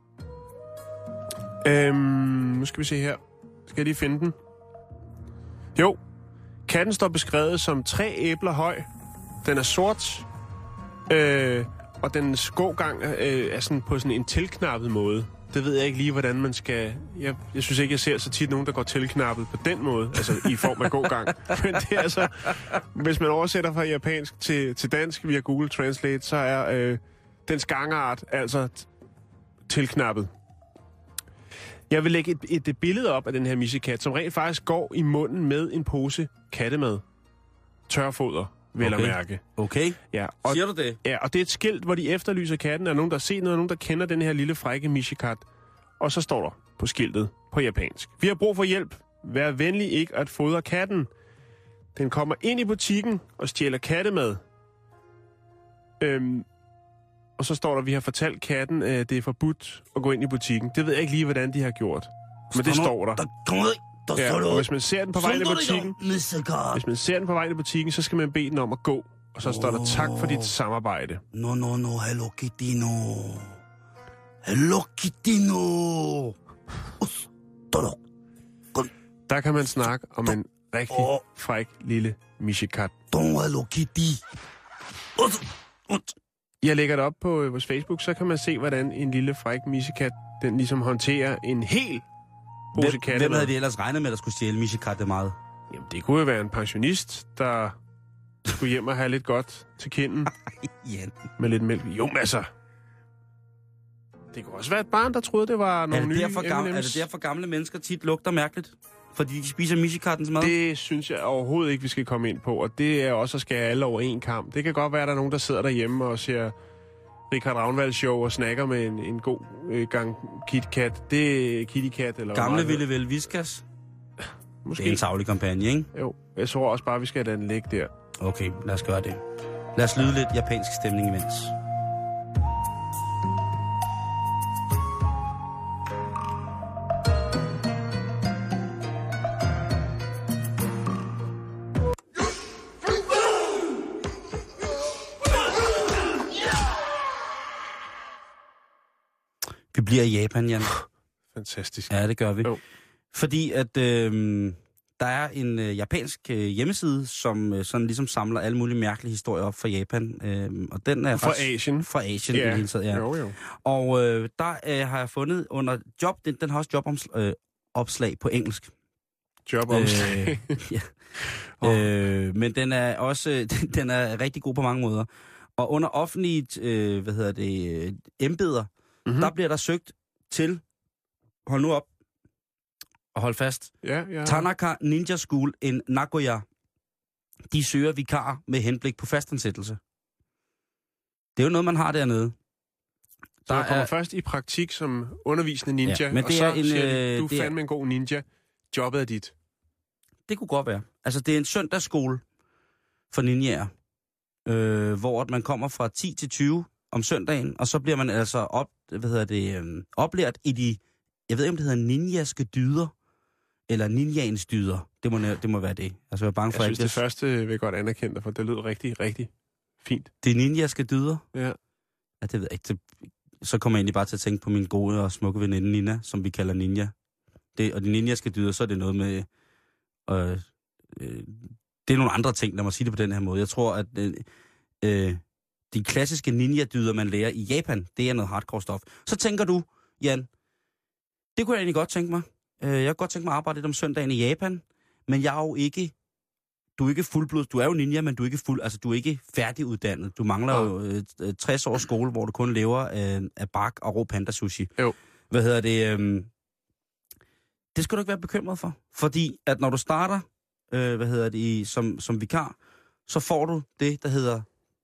Øhm, nu skal vi se her. Skal jeg lige finde den? Jo, katten står beskrevet som tre æbler høj. Den er sort. Øh, og dens gågang øh, er sådan på sådan en tilknappet måde. Det ved jeg ikke lige, hvordan man skal... Jeg, jeg synes ikke, jeg ser så tit nogen, der går tilknappet på den måde, altså i form af gågang. Men det er altså... Hvis man oversætter fra japansk til, til dansk via Google Translate, så er øh, dens gangart altså t- tilknappet. Jeg vil lægge et, et billede op af den her missekat, som rent faktisk går i munden med en pose kattemad. Tørfoder, vel Okay. at mærke. Okay, Ja, og, siger du det? ja, og det er et skilt, hvor de efterlyser katten. Er der nogen, der har set noget, nogen, der kender den her lille frække missekat. Og så står der på skiltet på japansk: Vi har brug for hjælp. Vær venlig ikke at fodre katten. Den kommer ind i butikken og stjæler kattemad. Øhm, og så står der: Vi har fortalt katten, at det er forbudt at gå ind i butikken. Det ved jeg ikke lige, hvordan de har gjort. Men det står der. Der kommer der Ja, står og der. hvis man ser den på vej ind i butikken, Missekat. hvis man ser den på vej ind i butikken, så skal man bede den om at gå. Og så står der: Tak for dit samarbejde. No, no, no, Hello Kitty, no. Hello Kitty, no. Stop. Der kan man snakke om en rigtig fræk lille missekat. Don't Hello Kitty. Jeg lægger det op på vores Facebook, så kan man se, hvordan en lille fræk missekat, den ligesom håndterer en hel pose Hvem, katte. hvem havde de ellers regnet med, der skulle stjæle missekat det meget? Jamen, det kunne jo være en pensionist, der skulle hjem og have lidt godt til kinden Ja. med lidt mælk. Jo, men altså... Det kunne også være et barn, der troede, det var Er nogle det, nye derfor gamle, er M and M's. det derfor gamle mennesker tit lugter mærkeligt? Fordi de spiser missekattens mad? Det synes jeg overhovedet ikke, vi skal komme ind på, og det er også at skære alle over en kamp. Det kan godt være, at der er nogen, der sidder derhjemme og ser Richard Ravnvald show og snakker med en, en god øh, gang KitKat. Det er KittyKat, eller Gamle hvad ville vel viskas? Måske. Det er en savlig kampagne, ikke? Jo, jeg tror også bare, vi skal lade den ligge der. Okay, lad os gøre det. Lad os lyde lidt japansk stemning imens. Vi bliver i Japan, Jan. Fantastisk. Ja, det gør vi. Jo. Fordi at øh, der er en øh, japansk øh, hjemmeside, som øh, sådan ligesom samler alle mulige mærkelige historier op fra Japan. Øh, og den er Fra faktisk, Asien. Fra Asien yeah. i det hele taget, ja. Jo, jo. Og øh, der øh, har jeg fundet under job, den, den har også jobopslag øh, opslag på engelsk. Jobomslag. Øh, ja. oh. øh, men den er også den er rigtig god på mange måder. Og under offentlige, øh, hvad hedder det, øh, embeder, Mm-hmm. der bliver der søgt til, hold nu op, og hold fast, Ja, ja. Tanaka Ninja School in Nagoya. De søger vikarer med henblik på fastansættelse. Det er jo noget, man har dernede. Så Der jeg kommer er- først i praktik som undervisende ninja, Ja, men og det så er en, siger de, øh, du er det er- fandme en god ninja. Jobbet er dit. Det kunne godt være. Altså, det er en søndagsskole for ninjaer, øh, hvor man kommer fra ti til tyve om søndagen, og så bliver man altså op, hvad hedder det, øh, oplært i de, jeg ved ikke, om det hedder ninjaske dyder, eller ninjaens dyder. Det må, det må være det. Altså, jeg er bange Jeg for, synes, at det første vil jeg godt anerkende dig, for det lød rigtig, rigtig fint. det er ninjaske dyder. Ja. Ja, det ved jeg ikke. Det, så kommer jeg egentlig bare til at tænke på min gode og smukke veninde Nina, som vi kalder ninja. Det, og de ninjaske dyder, så er det noget med... Øh, øh, det er nogle andre ting, lad mig sige det på den her måde. Jeg tror, at øh, øh, de klassiske ninja-dyder, man lærer i Japan, det er noget hardcore stof. Så tænker du, Jan, det kunne jeg egentlig godt tænke mig. Øh, jeg kunne godt tænke mig at arbejde lidt om søndagen i Japan, men jeg er jo ikke... Du er ikke fuldblod, du er jo ninja, men du er ikke fuld, altså du er ikke færdiguddannet. Du mangler jo øh, tres års skole, hvor du kun lever af, af bak og rå panda sushi. Jo. Hvad hedder det? Øh, det skal du ikke være bekymret for, fordi at når du starter, øh, hvad hedder det, i, som, som vikar, så får du det, der hedder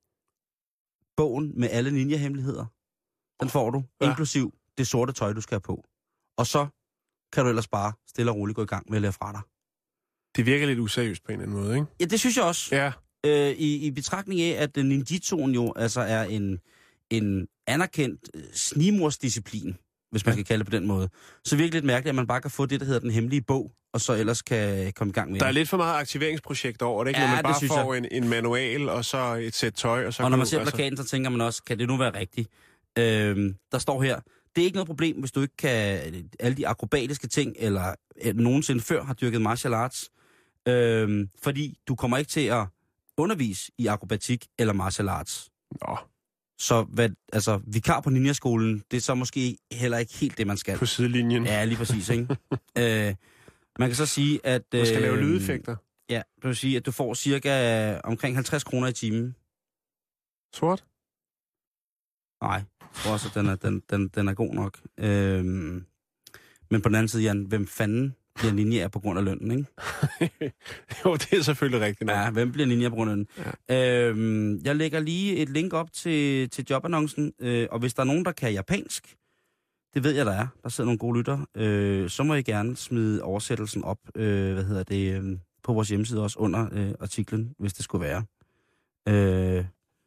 bogen med alle ninja-hemmeligheder. Den får du, Ja. ja. Inklusiv det sorte tøj, du skal have på. Og så kan du ellers bare stille og roligt gå i gang med at lære fra dig. Det virker lidt useriøst på en eller anden måde, ikke? Ja, det synes jeg også. Ja. Øh, i, I betragtning af, at ninjitsuen jo altså er en, en anerkendt øh, snigmorsdisciplin, hvis man Ja. skal kalde det på den måde. Så virkelig lidt mærkeligt, at man bare kan få det, der hedder den hemmelige bog, og så ellers kan komme i gang med Der er det. lidt for meget aktiveringsprojekt over det, ikke? Ja, Når man det bare synes får en, en manual, og så et sæt tøj, og så... Og når kan man du- ser plakaten, så tænker man også, kan det nu være rigtigt? Øhm, der står her, det er ikke noget problem, hvis du ikke kan alle de akrobatiske ting, eller øh, nogensinde før har dyrket martial arts, øhm, fordi du kommer ikke til at undervise i akrobatik eller martial arts. Nå, Så hvad, altså, vikar på ninjaskolen, det er så måske heller ikke helt det, man skal. På sidelinjen. Ja, lige præcis, ikke? øh, man kan så sige, at... Man skal øh, lave lydeffekter. Ja, det vil sige, at du får cirka omkring halvtreds kroner i timen. Sort? Nej, jeg tror også, at den er, den, den, den er god nok. Øhm, men på den anden side, Jan, hvem fanden bliver ninja på grund af lønnen, ikke? Jo, det er selvfølgelig rigtigt nok. Ja, hvem bliver ninja på grund af lønnen? Ja. Øhm, jeg lægger lige et link op til, til jobannoncen, øh, og hvis der er nogen, der kan japansk, det ved jeg, der er. Der sidder nogle gode lytter. Øh, så må I gerne smide oversættelsen op, øh, hvad hedder det, øh, på vores hjemmeside også under øh, artiklen, hvis det skulle være. Øh,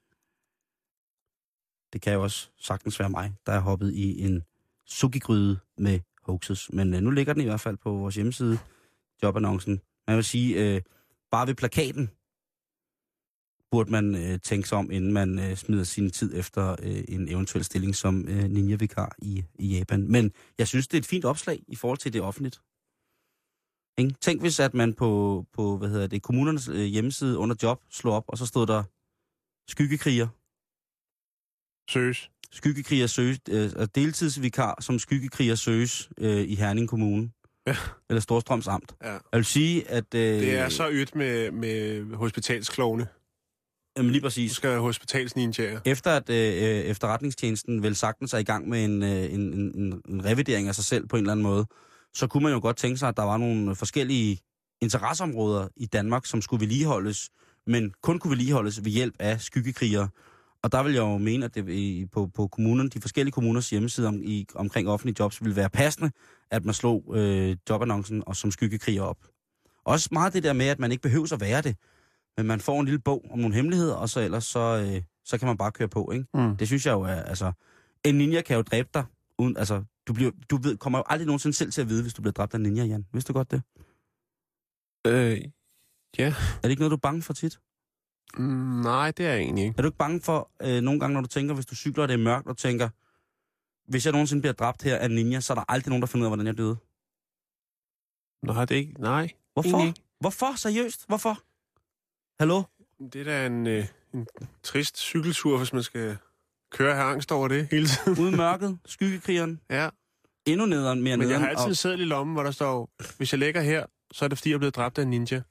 det kan jo også sagtens være mig, der er hoppet i en suki-gryde med hoaxes. Men øh, nu ligger den i hvert fald på vores hjemmeside, jobannoncen. Man vil sige, øh, bare ved plakaten burde man øh, tænke sig om, inden man øh, smider sin tid efter øh, en eventuel stilling som øh, ninja-vikar i, i Japan. Men jeg synes, det er et fint opslag i forhold til det offentligt. Ikke? Tænk hvis, at man på, på hvad hedder det, kommunernes øh, hjemmeside under job slår op, og så stod der skyggekriger. Søges. Skyggekriger søges, øh, og deltidsvikar som skyggekriger søges øh, i Herning Kommune. Ja. Eller Storstrøms Amt. Ja. Jeg vil sige, at... Øh, det er så ydt med, med hospitalsklovne. Jamen lige præcis. Du skal hospitalsninjaer. Efter at øh, efterretningstjenesten vel sagtens er i gang med en, øh, en, en, en revidering af sig selv på en eller anden måde, så kunne man jo godt tænke sig, at der var nogle forskellige interesseområder i Danmark, som skulle vedligeholdes, men kun kunne vedligeholdes ved hjælp af skyggekrigere. Og der vil jeg jo mene, at det i, på, på kommunerne, de forskellige kommuners hjemmesider om, i, omkring offentlige jobs ville være passende, at man slog øh, jobannoncen og som skyggekriger op. Også meget det der med, at man ikke behøver at være det, men man får en lille bog om nogle hemmeligheder, og så ellers så, øh, så kan man bare køre på, ikke? Mm. Det synes jeg jo er, altså... En ninja kan jo dræbe dig, uden, altså... Du, bliver, du ved, kommer jo aldrig nogensinde selv til at vide, hvis du bliver dræbt af en ninja, Jan. Vidste du godt det? Øh, ja. Er det ikke noget, du er bange for tit? Mm, nej, det er jeg egentlig ikke. Er du ikke bange for, øh, nogle gange, når du tænker, hvis du cykler, og det er mørkt, og tænker, hvis jeg nogensinde bliver dræbt her af en ninja, så er der aldrig nogen, der finder ud af, hvordan jeg døde? Nej, det er ikke. Nej. Hvorfor? Ikke. Hvorfor? Seriøst? Hvorfor? Hallo? Det er da en, øh, en trist cykeltur, hvis man skal køre her angst over det hele tiden. Uden mørket, skyggekrigeren. Ja. Endnu nederen, mere Men nederen. jeg har altid og... en seddel i lommen, hvor der står, hvis jeg ligger her, så er det fordi, jeg er blevet dræbt af en ninja.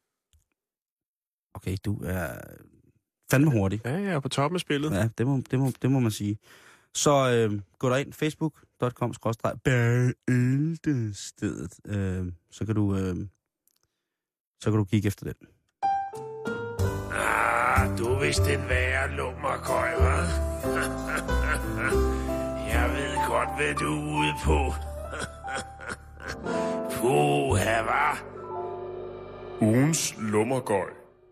Okay, du er fandme hurtig. Ja, jeg er på toppen af spillet. Ja, det må, det må, det må man sige. Så øh, gå derind, facebook punktum com skråstreg bæltestedet. Øh, så kan du øh, så kan du kigge efter den. Ah, du er vist den værre lummerkøj, hva'? Jeg ved godt, hvad du er ude på. Puha, hva'? Ugens lummergøj.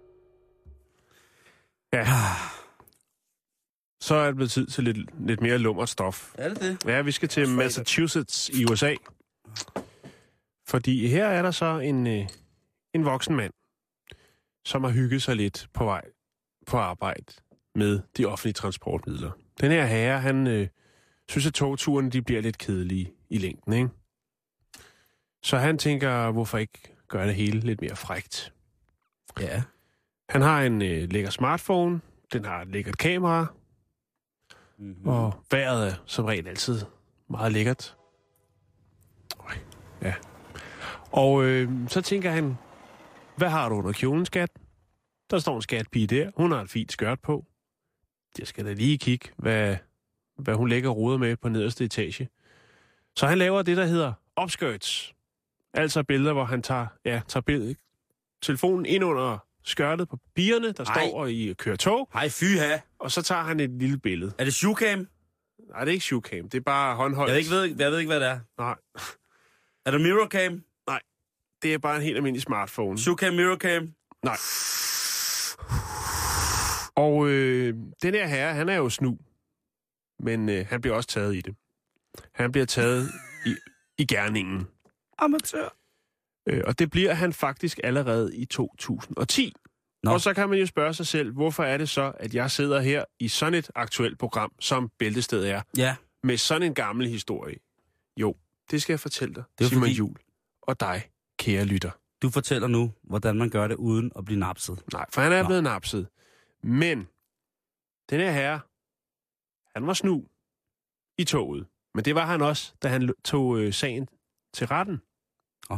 Ja. Så er det blevet tid til lidt, lidt mere lummert stof. Er det det? Ja, vi skal til Massachusetts i U S A. Fordi her er der så en, en voksen mand, som har hygget sig lidt på vej på arbejde med de offentlige transportmidler. Den her herre, han øh, synes, at togturene de bliver lidt kedelige i længden, ikke? Så han tænker, hvorfor ikke gøre det hele lidt mere frækt? Ja. Han har en øh, lækker smartphone, den har et lækkert kamera, mm-hmm. og vejret er som regel altid meget lækkert. Øj, ja. Og øh, så tænker han, hvad har du under kjolen, skat? Der står en skatpige der, hun har et fint skørt på. Jeg skal da lige kigge, hvad, hvad hun lægger roder med på nederste etage. Så han laver det, der hedder upskirts. Altså billeder, hvor han tager, ja, tager billed, telefonen ind under skørtet på pigerne, der Ej. står i kører tog. Hej, fy ha. Og så tager han et lille billede. Er det shoecam? Nej, det er ikke shoecam. Det er bare håndholdt. Jeg ved ikke, ved, jeg ved ikke hvad det er. Nej. Er det mirrorcam? Nej. Det er bare en helt almindelig smartphone. Shoecam, mirrorcam? Nej. Og øh, den her herre, han er jo snu. Men øh, han bliver også taget i det. Han bliver taget i, i gerningen. Amatør. Øh, og det bliver han faktisk allerede i to tusind og ti. Nå. Og så kan man jo spørge sig selv, hvorfor er det så, at jeg sidder her i sådan et aktuelt program, som Bæltestedet er, ja. med sådan en gammel historie? Jo, det skal jeg fortælle dig, det Simon fordi... Juhl, og dig, kære lytter. Du fortæller nu, hvordan man gør det uden at blive napset. Nej, for han er Nå. blevet napset. Men den her herre, Han var snu i toget. Men det var han også, da han tog øh, sagen til retten. Oh.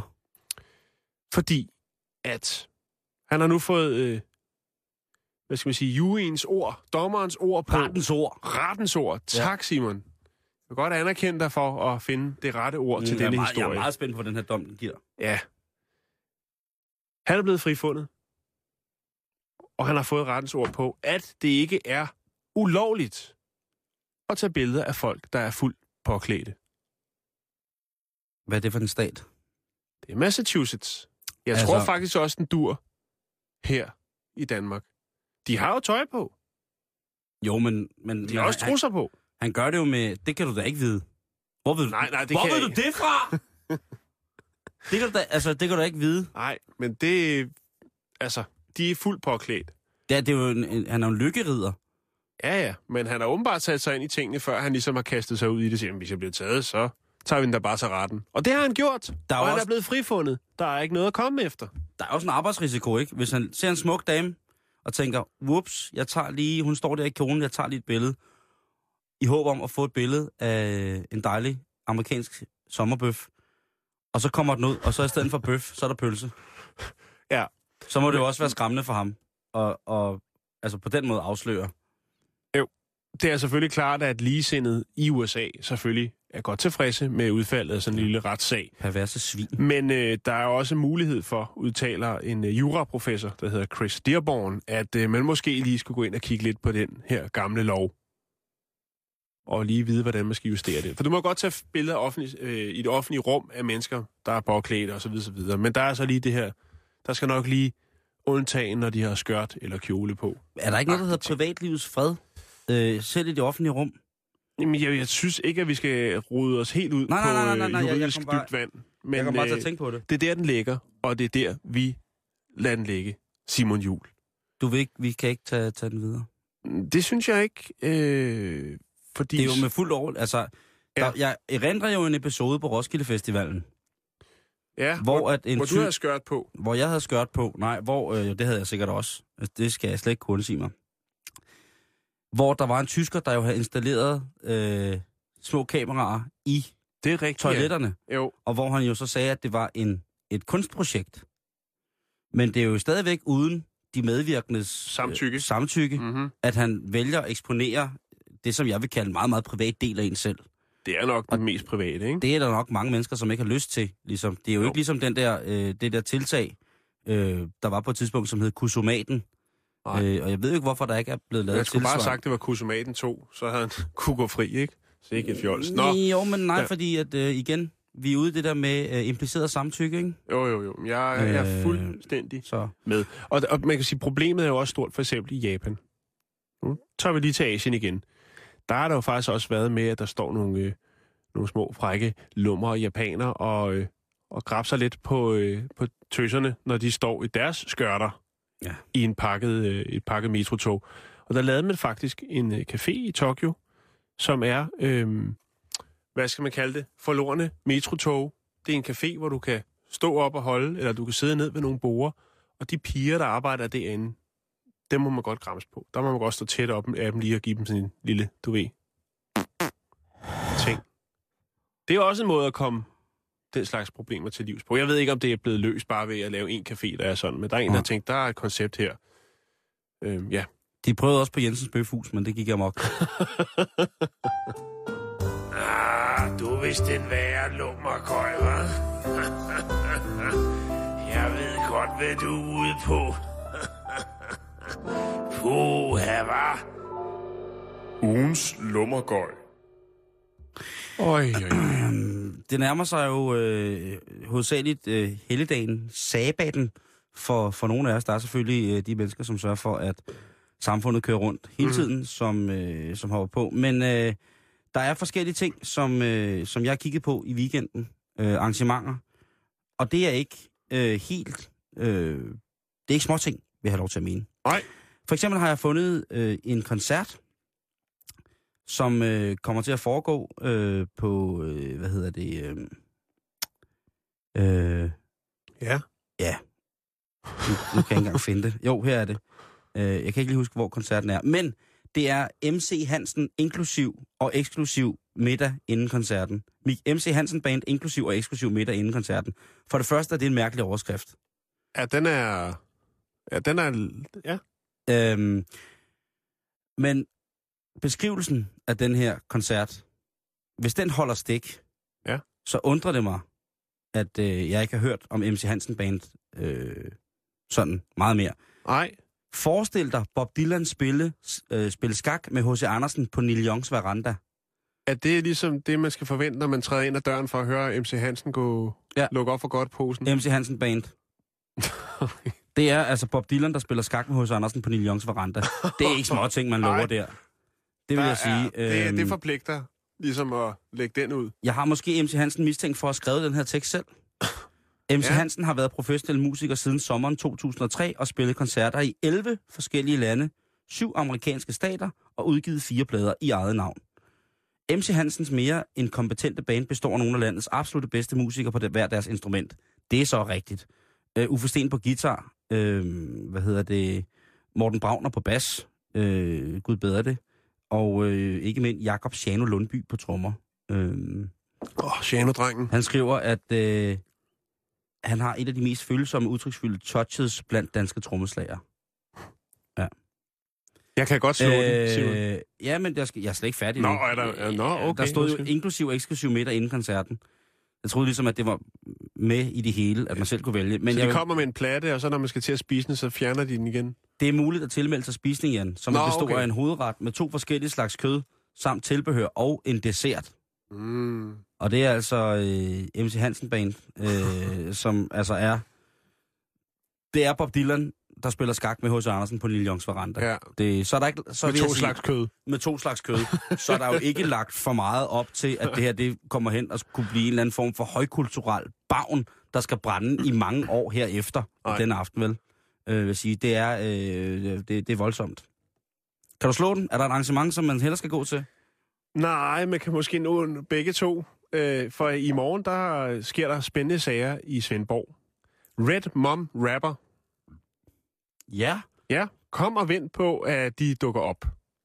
Fordi at han har nu fået, øh, hvad skal man sige, juryens ord, dommerens ord på... Rettens ord. Rettens ord. Tak, ja. Simon. Jeg vil godt anerkende dig for at finde det rette ord mm, til denne meget, historie. Jeg er meget spændt på, den her dom, den giver. Ja. Han er blevet frifundet. Og han har fået rettens ord på, at det ikke er ulovligt at tage billeder af folk, der er fuldt påklædte. Hvad er det for en stat? Det er Massachusetts. Jeg altså... tror faktisk også, den dur her i Danmark. De har jo tøj på. Jo, men... men de har også trusser han, på. Han gør det jo med... Det kan du da ikke vide. Hvor ved, nej, nej, det hvor kan ved jeg... du det fra? det, kan du da, altså, det kan du da ikke vide. Nej, men det... Altså, de er fuldt påklædt. Det er, det er jo en, en, han er jo en lykkerider. Ja, ja, men han har åbenbart sat sig ind i tingene, før han ligesom har kastet sig ud i det. Så hvis jeg bliver taget, så tager vi den da bare til retten. Og det har han gjort. Der er og også... han er blevet frifundet. Der er ikke noget at komme efter. Der er også en arbejdsrisiko, ikke? Hvis han ser en smuk dame og tænker, whoops, jeg tager lige, hun står der i kjolen, jeg tager lige et billede. I håb om at få et billede af en dejlig amerikansk sommerbøf. Og så kommer den ud, og så i stedet for bøf, så er der pølse. Ja. Så må det jo også være skræmmende for ham. Og, og altså på den måde afsløre. Jo, det er selvfølgelig klart, at ligesindet i U S A selvfølgelig er godt tilfredse med udfaldet af sådan en lille retssag. Perverse svin. Men øh, der er også mulighed for, udtaler en øh, juraprofessor, der hedder Chris Dearborn, at øh, man måske lige skulle gå ind og kigge lidt på den her gamle lov. Og lige vide, hvordan man skal justere det. For du må godt tage billeder offentlig, øh, i det offentlige rum af mennesker, der er påklædt og så videre, så videre. Men der er så lige det her, der skal nok lige undtagen, når de har skørt eller kjole på. Er der ikke noget, der hedder privatlivets fred? Øh, selv i det offentlige rum? Jamen, jeg, jeg synes ikke, at vi skal rode os helt ud nej, på nej, nej, nej, nej, juridisk jeg, jeg dybt vand. Men jeg kan bare til at øh, tænke på det. Det er der, den ligger, og det er der, vi lader den ligge. Simon Juhl. Du vil ikke, vi kan ikke tage, tage den videre? Det synes jeg ikke, øh, fordi... Det er jo med fuld over... Altså, ja. der, jeg erindrer jo en episode på Roskilde Festivalen. Ja, hvor, hvor, at en hvor du ty- havde skørt på. Hvor jeg havde skørt på. Nej, hvor... Øh, det havde jeg sikkert også. Altså, det skal jeg slet ikke kunne sige mig. Hvor der var en tysker, der jo havde installeret øh, små kameraer i det er rigtigt, toiletterne. Ja. Jo. Og hvor han jo så sagde, at det var en, et kunstprojekt. Men det er jo stadigvæk uden de medvirkendes samtykke, øh, samtykke mm-hmm. at han vælger at eksponere det, som jeg vil kalde en meget, meget privat del af en selv. Det er nok og den mest private, ikke? Det er der nok mange mennesker, som ikke har lyst til. Ligesom. Det er jo, jo. ikke ligesom den der, øh, det der tiltag, øh, der var på et tidspunkt, som hed Kusomaten. Øh, og jeg ved ikke, hvorfor der ikke er blevet lavet jeg skulle tilsvar. bare sagt, det var Kusomaten to, så havde han kunne gå fri, ikke? Så ikke et fjols. Nå. Jo, men nej, ja. fordi at øh, igen, vi er ude i det der med øh, impliceret samtykke, ikke? Jo, jo, jo. Jeg, jeg er fuldstændig så. med. Og, og man kan sige, problemet er jo også stort, for eksempel i Japan. Nu tager vi lige til Asien igen. Der har der jo faktisk også været med, at der står nogle, øh, nogle små frække lummer japaner og, øh, og grabser lidt på, øh, på tøserne, når de står i deres skørter ja. i en pakket, øh, et pakket metrotog. Og der lavede man faktisk en øh, café i Tokyo, som er, øh, hvad skal man kalde det, forlorne metrotog. Det er en café, hvor du kan stå op og holde, eller du kan sidde ned ved nogle borde, og de piger, der arbejder derinde, dem må man godt græmse på. Der må man godt stå tæt op af dem lige og give dem sådan en lille, du ved, ting. Det er også en måde at komme den slags problemer til livs på. Jeg ved ikke, om det er blevet løst bare ved at lave en café, der er sådan, men der er en, der har tænkt, der er et koncept her. Øhm, ja. De prøvede også på Jensens Bøfhus, men det gik amok. ah, du er vist en værre lummerkøj, hva'? Jeg ved godt, hvad du er ude på. Puha, hva'? Ugens lummergøj. Oj, oj, oj. Det nærmer sig jo øh, hovedsageligt øh, helligdagen, sabbaten, for, for nogle af os. Der er selvfølgelig øh, de mennesker, som sørger for, at samfundet kører rundt hele tiden, mm. som, øh, som hopper på. Men øh, der er forskellige ting, som, øh, som jeg har kigget på i weekenden. Øh, arrangementer. Og det er ikke øh, helt... Øh, det er ikke småting, vil jeg have lov til at mene. Nej. For eksempel har jeg fundet øh, en koncert, som øh, kommer til at foregå øh, på, øh, hvad hedder det? Øh, øh, ja. Ja. Nu, nu kan jeg ikke engang finde det. Jo, her er det. Øh, jeg kan ikke lige huske, hvor koncerten er. Men Det er M C Hansen inklusiv og eksklusiv middag inden koncerten. M C Hansen Band inklusiv og eksklusiv middag inden koncerten. For det første er det en mærkelig overskrift. Ja, den er... Ja, den er... Ja. Øhm, men beskrivelsen af den her koncert, hvis den holder stik, ja. så undrer det mig, at øh, jeg ikke har hørt om M C Hansen Band øh, sådan meget mere. Nej. Forestil dig Bob Dylan spille, øh, spille skak med H C Andersen på Neil Youngs veranda. Er det ligesom det, man skal forvente, når man træder ind ad døren for at høre M C Hansen gå ja. lukke op for godt posen? M C Hansen Band. Det er altså Bob Dylan, der spiller skak med H C Andersen på Neil Youngs veranda. Det er ikke små ting, man lover der. Det vil der jeg sige. Er, det, øhm, det forpligter ligesom at lægge den ud. Jeg har måske M C Hansen mistænkt for at have skrevet den her tekst selv. M C ja. Hansen har været professionel musiker siden sommeren to tusind og tre og spillet koncerter i elleve forskellige lande, syv amerikanske stater og udgivet fire plader i eget navn. M C Hansens mere end kompetente band består af nogle af landets absolutte bedste musikere på det, hver deres instrument. Det er så rigtigt. Uh, Uffe Sten på guitar, uh, hvad hedder det, Morten Brauner på bas, uh, gud bedre det, og uh, ikke mindst Jakob Sjano Lundby på trommer. Åh, uh, oh, Sjano-drengen. Han skriver, at uh, han har et af de mest følsomme, udtryksfulde touches blandt danske trommeslager. Ja. Jeg kan godt slå øh, den, Simon. Ja, men jeg, skal, jeg er slet ikke færdig nå, nu. Er der, nå, okay. Der stod jo inklusiv og eksklusiv middag inden koncerten. Jeg troede ligesom, at det var med i det hele, at man selv kunne vælge. Men så jeg, de kommer med en platte, og så når man skal til at spise den, så fjerner de den igen? Det er muligt at tilmelde sig spisning igen, som Nå, består okay. af en hovedret med to forskellige slags kød, samt tilbehør og en dessert. Mm. Og det er altså øh, M C Hansen Band, øh, som altså er... Det er Bob Dylan, der spiller skak med H C Andersen på Neil Youngs veranda. Ja. Det, så er der ikke, så med to sige, slags kød. Med to slags kød. Så er der jo ikke lagt for meget op til, at det her det kommer hen og kunne blive en eller anden form for højkulturel bagn, der skal brænde i mange år herefter den aften, vel? Øh, vil sige, det er, øh, det, det er voldsomt. Kan du slå den? Er der et arrangement, som man hellere skal gå til? Nej, man kan måske nå begge to. Øh, for i morgen, der sker der spændende sager i Svendborg. Red Mom Rapper. Ja. Ja, kom og vent på, at de dukker op.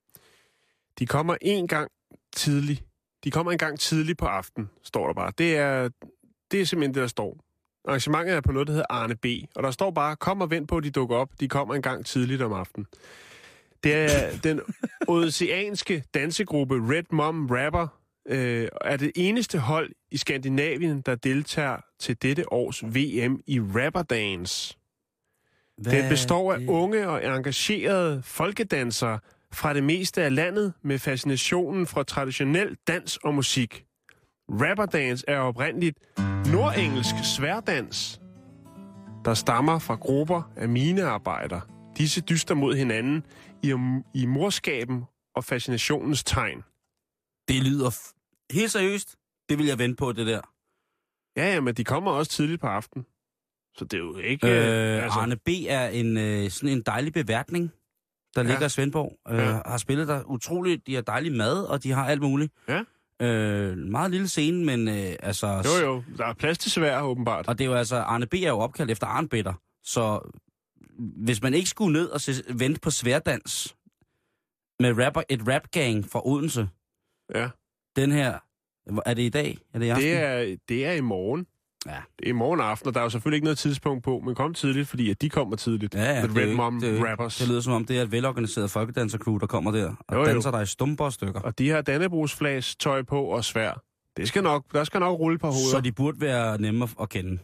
De kommer en gang tidlig. De kommer en gang tidlig på aften, står der bare. Det er, det er simpelthen det, der står. Arrangementet er på noget, der hedder Arne B. Og der står bare, kom og vent på, at de dukker op. De kommer en gang tidligt om aftenen. Det er den oceanske dansegruppe Red Mom Rapper, øh, er det eneste hold i Skandinavien, der deltager til dette års V M i Rapperdance. Hvad Den består af det? unge og engagerede folkedansere fra det meste af landet med fascinationen fra traditionel dans og musik. Rapperdance er oprindeligt nordengelsk sværdans, der stammer fra grupper af minearbejdere. Disse dyster mod hinanden i, i morskaben og fascinationens tegn. Det lyder f- helt seriøst. Det vil jeg vente på, det der. Ja, ja, men de kommer også tidligt på aften. Så det er jo ikke... Øh, altså... Arne B. er en, øh, sådan en dejlig beværtning, der ja. ligger i Svendborg. Øh, ja. Har spillet der utroligt. De har dejlig mad, og de har alt muligt. Ja. Øh, meget lille scene, men øh, altså... Jo, jo. Der er plads til svær, åbenbart. Og det er jo altså... Arne B. er jo opkaldt efter Arnbitter. Så hvis man ikke skulle ned og se, vente på sværdans med rapper, et rap-gang fra Odense... Ja. Den her... Er det i dag? Er det i aften? Det er, det er i morgen. Ja. Det er i morgen aften, og der er jo selvfølgelig ikke noget tidspunkt på, men kom tidligt, fordi at de kommer tidligt. Ja, ja, The Red ikke, Mom det, Rappers. Det lyder som om, det er et velorganiseret folkedansercrew, der kommer der og jo, jo. danser der i stumper og stykker. Og de har dannebrugsflags tøj på og svær. Det skal nok, der skal nok rulle på hovedet. Så de burde være nemme at kende.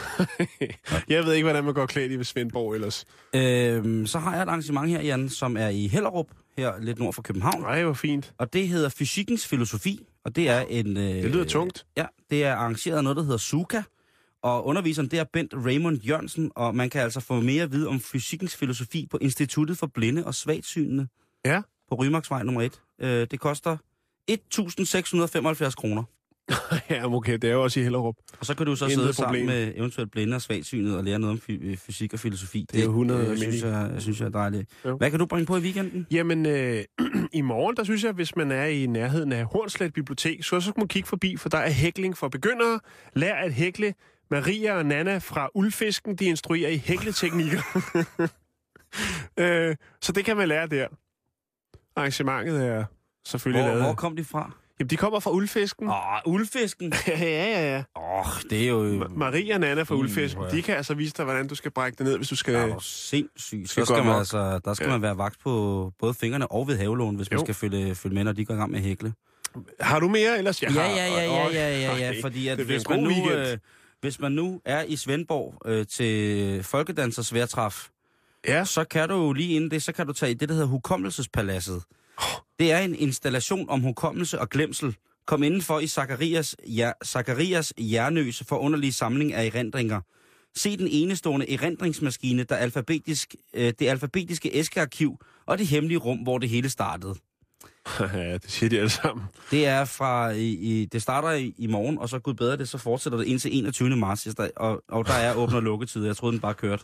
Jeg ved ikke, hvordan man går klædt i ved Svendborg ellers. Øhm, så har jeg et arrangement her, Jan, som er i Hellerup, her lidt nord for København. Nej, hvor fint. Og det hedder Fysikkens Filosofi, og det er en... Øh, det lyder tungt. Ja, det er arrangeret af noget, der hedder Suka. Og underviseren, det er Bent Raymond Jørgensen, og man kan altså få mere at vide om fysikkens filosofi på Instituttet for Blinde og Svagsynende. Ja. På Rymarksvej nummer et. Øh, det koster et tusind seks hundrede og femoghalvfjerds kroner. Ja, okay, det er jo også i Hellerup. Og så kan du så Intet sidde problem. sammen med eventuelt blinde og svagsynede og lære noget om fy- fysik og filosofi. Det er jo hundrede det, øh, synes jeg, jeg synes jeg er dejligt. Jo. Hvad kan du bringe på i weekenden? Jamen, øh, i morgen, der synes jeg, hvis man er i nærheden af Hornslet Bibliotek, så, så kan man kigge forbi, for der er hækling for begyndere. Lær at hækle. Maria og Nana fra Uldfisken, de instruerer i hækleteknikker. øh, så det kan man lære der. arrangementet er selvfølgelig Hvor, lavet. hvor kom de fra? Jamen, de kommer fra Uldfisken. Åh, Uldfisken. ja, ja, ja. Åh, oh, det er jo... Ma- Maria og Nana fra Uh, Uldfisken, ja. de kan altså vise dig, hvordan du skal brække det ned, hvis du skal... Det er jo sindssygt. Så skal skal gå man amok. altså, der skal Ja. man være vagt på både fingrene og ved havelån, hvis Jo. man skal følge, følge med, når de går i gang med at hækle. Har du mere, ellers? Jeg Ja, har... ja, ja, ja, ja, ja, ja, Okay. fordi at Det bliver hvis en man, god nu, weekend. øh, hvis man nu er i Svendborg øh, til folkedansers sværtræf, Ja. så kan du jo lige inden det, så kan du tage i det, der hedder Hukommelsespaladset. Det er en installation om hukommelse og glemsel. Kom indenfor i Zacharias, ja, Zacharias Jernøs for underlige samling af erindringer. Se den enestående erindringsmaskine, der alfabetisk, øh, det alfabetiske æskearkiv og det hemmelige rum, hvor det hele startede. ja, det siger de alle sammen. Det er fra, i, i, det starter i, i morgen, og så gud bedre det, så fortsætter det indtil enogtyvende marts, og, og der er åbner- og lukketider. Jeg troede, den bare kørte.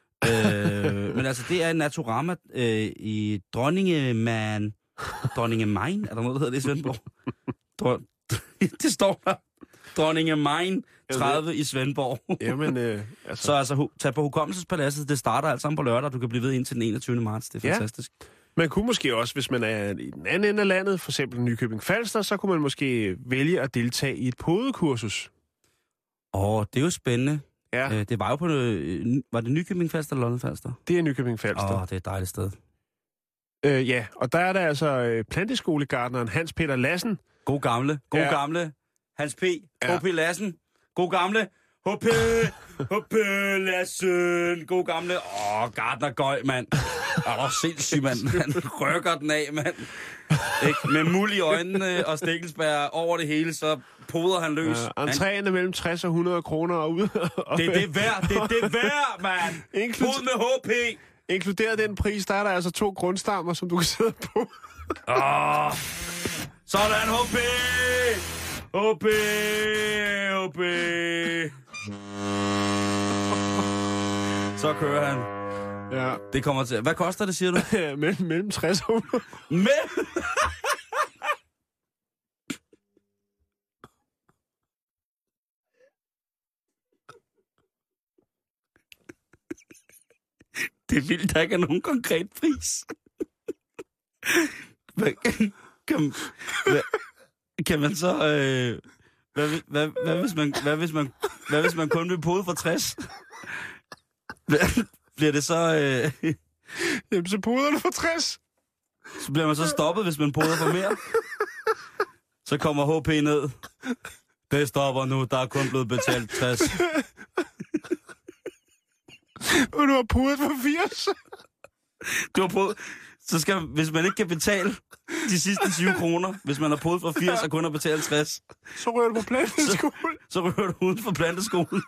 øh, men altså, det er en naturama øh, i Dronningeman. Dronningemein? Er der noget, der hedder det i Svendborg? Dron... det står der. Dronningemein tredive i Svendborg. Jamen, øh, altså... Så altså, hu- tag på Hukommelsespaladset. Det starter alt sammen på lørdag, og du kan blive ved indtil den enogtyvende marts. Det er Ja. fantastisk. Man kunne måske også, hvis man er i den anden ende af landet, for eksempel Nykøbing Falster, så kunne man måske vælge at deltage i et podekursus. Åh, det er jo spændende. Ja, Øh, det var jo på... Øh, var det Nykøbing Falster eller Lolland Falster? det er Nykøbing Falster. Åh, det er et dejligt sted. Øh, ja, og der er der altså øh, planteskolegartneren Hans Peter Lassen. God gamle, god Ja. ja. gamle Hans P. Ja. H P Lassen. God gamle H P. H P Lassen. God gamle. Åh, Gardner Gøj, mand. Er du sindssyg, mand. Han rykker den af, mand. Ikke? Med muld i øjnene og stikkelsbær over det hele, så poder han løs. Ja, entréen er mellem tres og hundrede kroner og ud. Og Det er det værd, det er det værd, mand. Inklud- Ud med H P. Inkluderet den pris, der er der altså to grundstammer, som du kan sidde på. Åh. Sådan, H P. H P. H P. Så kører han. Ja, Det kommer til. Hvad koster det, siger du? mellem, mellem tres og hundrede. Men... Det er vildt, der ikke er nogen konkret pris. Hvad, kan, hvad, kan man så... Øh, hvad, hvad, hvad, hvis man, hvad, hvis man, hvad hvis man kun vil pode for tres? Hvad- Bliver det så... Øh, Jamen, så puder du for tres. så bliver man så stoppet, hvis man poder for mere? Så kommer H P ned. Det stopper nu, der er kun blevet betalt tres. Og du har pudet for firs. Du har podet... Så skal, hvis man ikke kan betale de sidste tyve kroner, hvis man har podet for firs og kun har betalt tres, Så rører du på planteskole. så ryger du uden for planteskolen.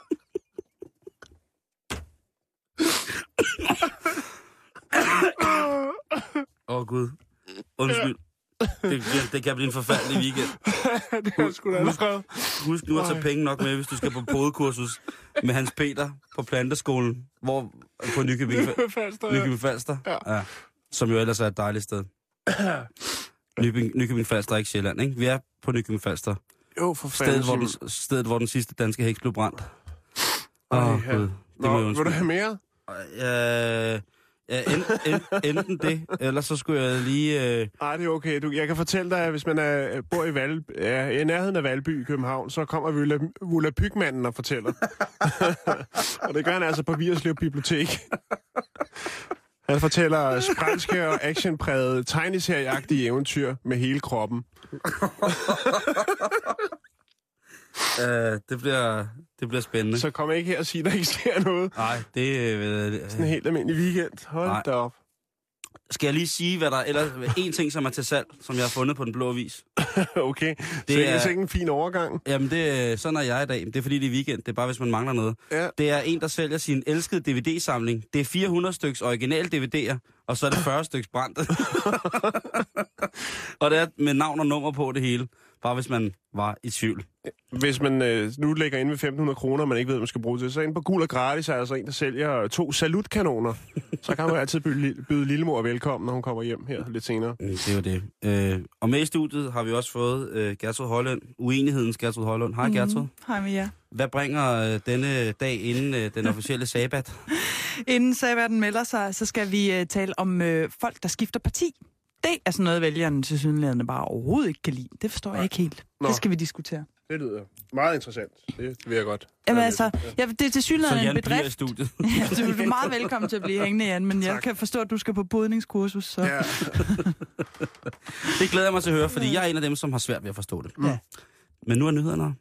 Åh, oh, Gud. Undskyld. Det, det, det kan blive en forfærdelig weekend. Det er sgu da allerede. Husk nu at tage Ej. penge nok med, hvis du skal på podekursus med Hans Peter på planteskolen, hvor på Nykøbing, Falster, ja. Nykøbing Falster, Ja. ja, som jo ellers er et dejligt sted. Nykøbing, Nykøbing Falster er ikke Sjælland, ikke? Vi er på Nykøbing Falster. Jo, for Stedet fanden. hvor, den, stedet, hvor den sidste danske heks blev brændt. Åh, Ej, oh, ja. Gud. Det Nå, må jeg vil du have mere? Øh, ja, en, en, enten det, eller så skulle jeg lige... Øh, Nej, det er okay. Du, jeg kan fortælle dig, at hvis man er, bor i, Val, er, i nærheden af Valby i København, så kommer Vula, Vula Pygmanden og fortæller. Og det gør han altså på Vigerslev Bibliotek. Han fortæller sprænske og actionprægede tegneserieagtige eventyr med hele kroppen. øh, det, bliver, det bliver spændende. Så kom ikke her og sig, at der ikke sker noget. Nej, det... Øh, Sådan en helt almindelig weekend. Hold Nej. da op. Skal jeg lige sige, hvad der er... Eller en ting, som er til salg, som jeg har fundet på Den Blå Avis. Okay, det Det er er- så ikke en fin overgang. Jamen, det, sådan er jeg i dag. Det er fordi, det er weekend. Det er bare, hvis man mangler noget. Ja. Det er en, der sælger sin elskede D V D-samling. Det er fire hundrede styks original D V D'er, og så er det fyrre styks brændte. Og det er med navn og nummer på det hele. Bare hvis man var i tvivl. Hvis man øh, nu lægger ind ved femten hundrede kroner, og man ikke ved, hvad man skal bruge til, så ind på Gul og Gratis er altså en, der sælger to salutkanoner. Så kan man altid byde, byde Lillemor velkommen, når hun kommer hjem her lidt senere. Mm, det var det. Øh, og med i studiet har vi også fået øh, Gertrud Højlund. Uenighedens Gertrud Højlund. Hej, Gertrud. Hej med jer. Hvad bringer øh, denne dag inden øh, den officielle sabbat? Inden sabbaten melder sig, så skal vi uh, tale om uh, folk, der skifter parti. Det er sådan noget, vælgerne til synligheden bare overhovedet ikke kan lide. Det forstår Nej. jeg ikke helt. Nå. Det skal vi diskutere. Det lyder meget interessant. Det vil jeg godt. Jamen altså, ja, det er til synligheden en bedrift. Så Jan bliver i studiet. Ja, du er meget velkommen til at blive hængende, Jan, men tak. Jeg kan forstå, at du skal på bodningskursus. Så. Ja. Det glæder jeg mig til at høre, fordi jeg er en af dem, som har svært ved at forstå det. Ja. Men nu er nyhederne.